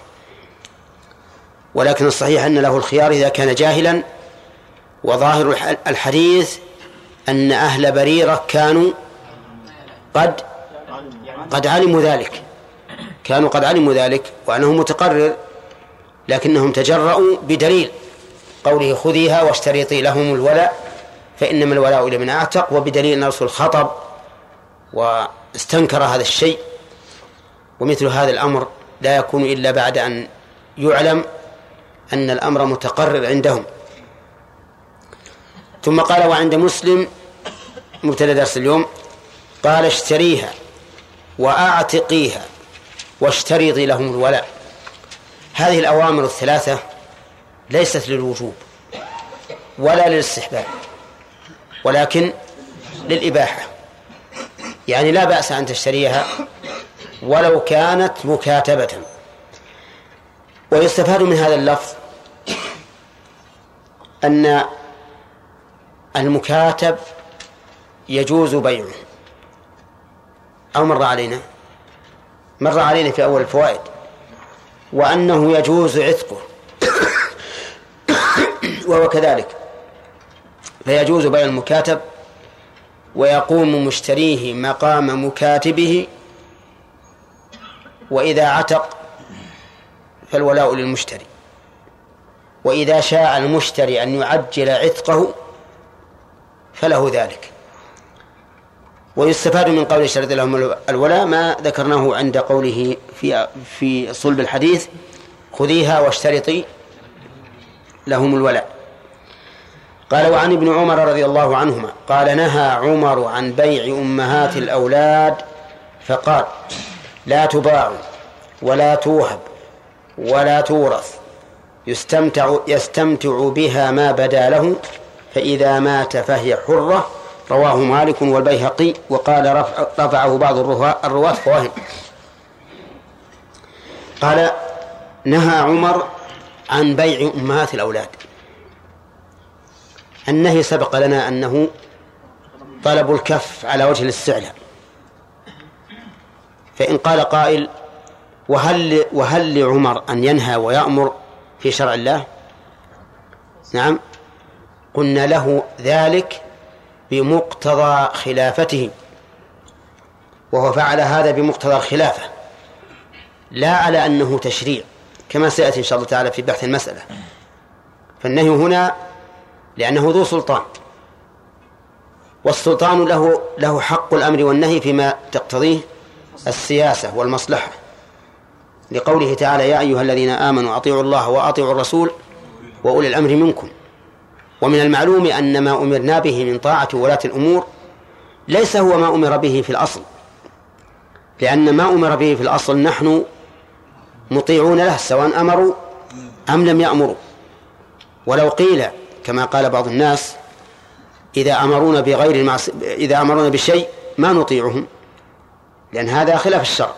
Speaker 1: ولكن الصحيح أن له الخيار إذا كان جاهلا، وظاهر الحديث أن أهل بريرة كانوا قد قد علموا ذلك كانوا قد علموا ذلك وأنه متقرر، لكنهم تجرؤوا بدليل قوله خذيها واشترطي لهم الولاء فإنما الولاء لمن أعتق، وبدليل نص الخطب واستنكر هذا الشيء. ومثل هذا الأمر لا يكون إلا بعد أن يعلم أن الأمر متقرر عندهم. ثم قال وعند مسلم مبتدأ درس اليوم قال اشتريها وأعتقيها واشترطي لهم الولاء. هذه الأوامر الثلاثة ليست للوجوب ولا للاستحباب، ولكن للإباحة، يعني لا بأس أن تشتريها ولو كانت مكاتبة. ويستفاد من هذا اللفظ أن المكاتب يجوز بيعه، أو مر علينا مر علينا في أول الفوائد، وأنه يجوز عتقه وهو كذلك، فيجوز بيع المكاتب ويقوم مشتريه مقام مكاتبه، وإذا عتق فالولاء للمشتري، وإذا شاء المشتري أن يعجل عتقه فله ذلك. ويستفاد من قول اشترط لهم الولاء ما ذكرناه عند قوله في في صلب الحديث خذيها واشترطي لهم الولاء. قال وعن ابن عمر رضي الله عنهما قال نهى عمر عن بيع أمهات الأولاد فقال لا تباع ولا توهب ولا تورث، يستمتع, يستمتع بها ما بدا له، فإذا مات فهي حرة. رواه مالك والبيهقي، وقال رفع رفعه بعض الرواة فوهم. قال نهى عمر عن بيع أمهات الأولاد. النهي سبق لنا أنه طلب الكف على وجه الاستعلاء، فإن قال قائل وهل, وهل لعمر أن ينهى ويأمر في شرع الله؟ نعم، قلنا له ذلك بمقتضى خلافته، وهو فعل هذا بمقتضى الخلافة لا على أنه تشريع، كما سيأتي إن شاء الله تعالى في بحث المسألة. فالنهي هنا لأنه ذو سلطان، والسلطان له له حق الأمر والنهي فيما تقتضيه السياسة والمصلحة، لقوله تعالى يا أيها الذين آمنوا أطيعوا الله وأطيعوا الرسول وأولي الأمر منكم. ومن المعلوم أن ما أمرنا به من طاعة ولاة الأمور ليس هو ما أمر به في الأصل، لأن ما أمر به في الأصل نحن مطيعون له سواء أمروا أم لم يأمروا. ولو قيل كما قال بعض الناس إذا أمرونا بغير المعص... إذا أمرونا بشيء ما نطيعهم، لأن هذا خلاف الشرع.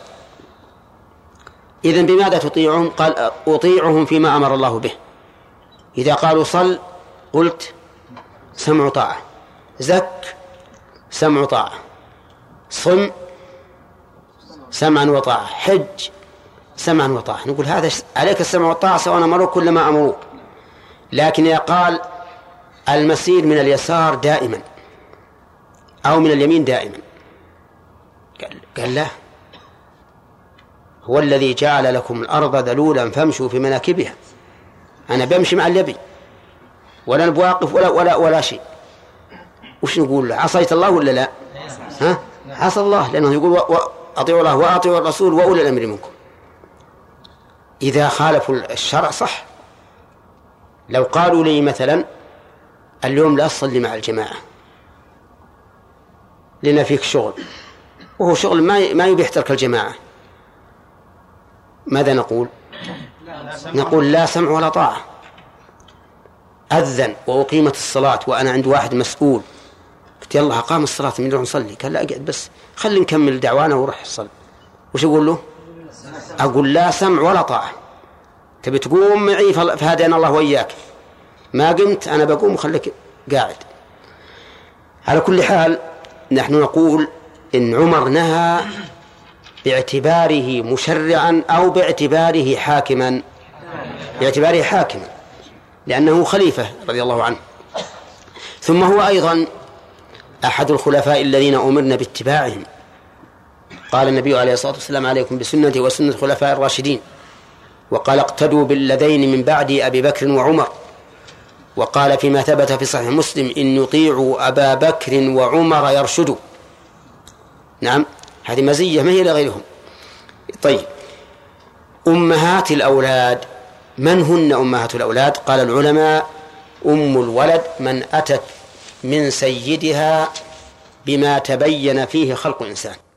Speaker 1: إذن بماذا تطيعهم؟ قال أطيعهم فيما أمر الله به. إذا قالوا صل قلت سمع طاعة، زك سمع طاعة، صم سمعا وطاعة، حج سمعا وطاعة. نقول هذا عليك السمع والطاعة سواء أمروك كل ما أمروك. لكن إذا قال المسير من اليسار دائما أو من اليمين دائما، قال لا، هو الذي جعل لكم الأرض ذلولا فامشوا في مناكبها أنا بمشي مع اليبي ولا بواقف ولا ولا ولا شيء. وش نقول له؟ عصيت الله ولا لا؟ ها؟ عصى الله، لأنه يقول أطيعوا الله وأطيعوا الرسول وأولي الأمر منكم. إذا خالفوا الشرع صح. لو قالوا لي مثلا اليوم لا أصلي مع الجماعة لنا فيك شغل، وهو شغل ما ما يبيح ترك الجماعة، ماذا نقول؟ نقول لا سمع ولا طاعة. أذن وأقيمت الصلاة وأنا عند واحد مسؤول، قلت يلا أقام الصلاة من نروح نصلي، قال لا أقعد بس خلي نكمل دعوانا ورح نصلي. وش أقول له؟ أقول لا سمع ولا طاعة. تبي تقوم معي فهدينا الله وإياك، ما قمت أنا بقوم وخليك قاعد. على كل حال نحن نقول إن عمر نهى باعتباره مشرعا أو باعتباره حاكما، باعتباره حاكما لأنه خليفة رضي الله عنه. ثم هو أيضا أحد الخلفاء الذين أمرنا باتباعهم. قال النبي عليه الصلاة والسلام عليكم بسنتي وسنة الخلفاء الراشدين، وقال اقتدوا بالذين من بعدي أبي بكر وعمر. وقال فيما ثبت في صحيح مسلم إن يطيعوا أبا بكر وعمر يرشدوا. نعم، هذه مزية ما هي لغيرهم. طيب، أمهات الأولاد، من هن أمهات الأولاد؟ قال العلماء أم الولد من أتت من سيدها بما تبين فيه خلق الإنسان.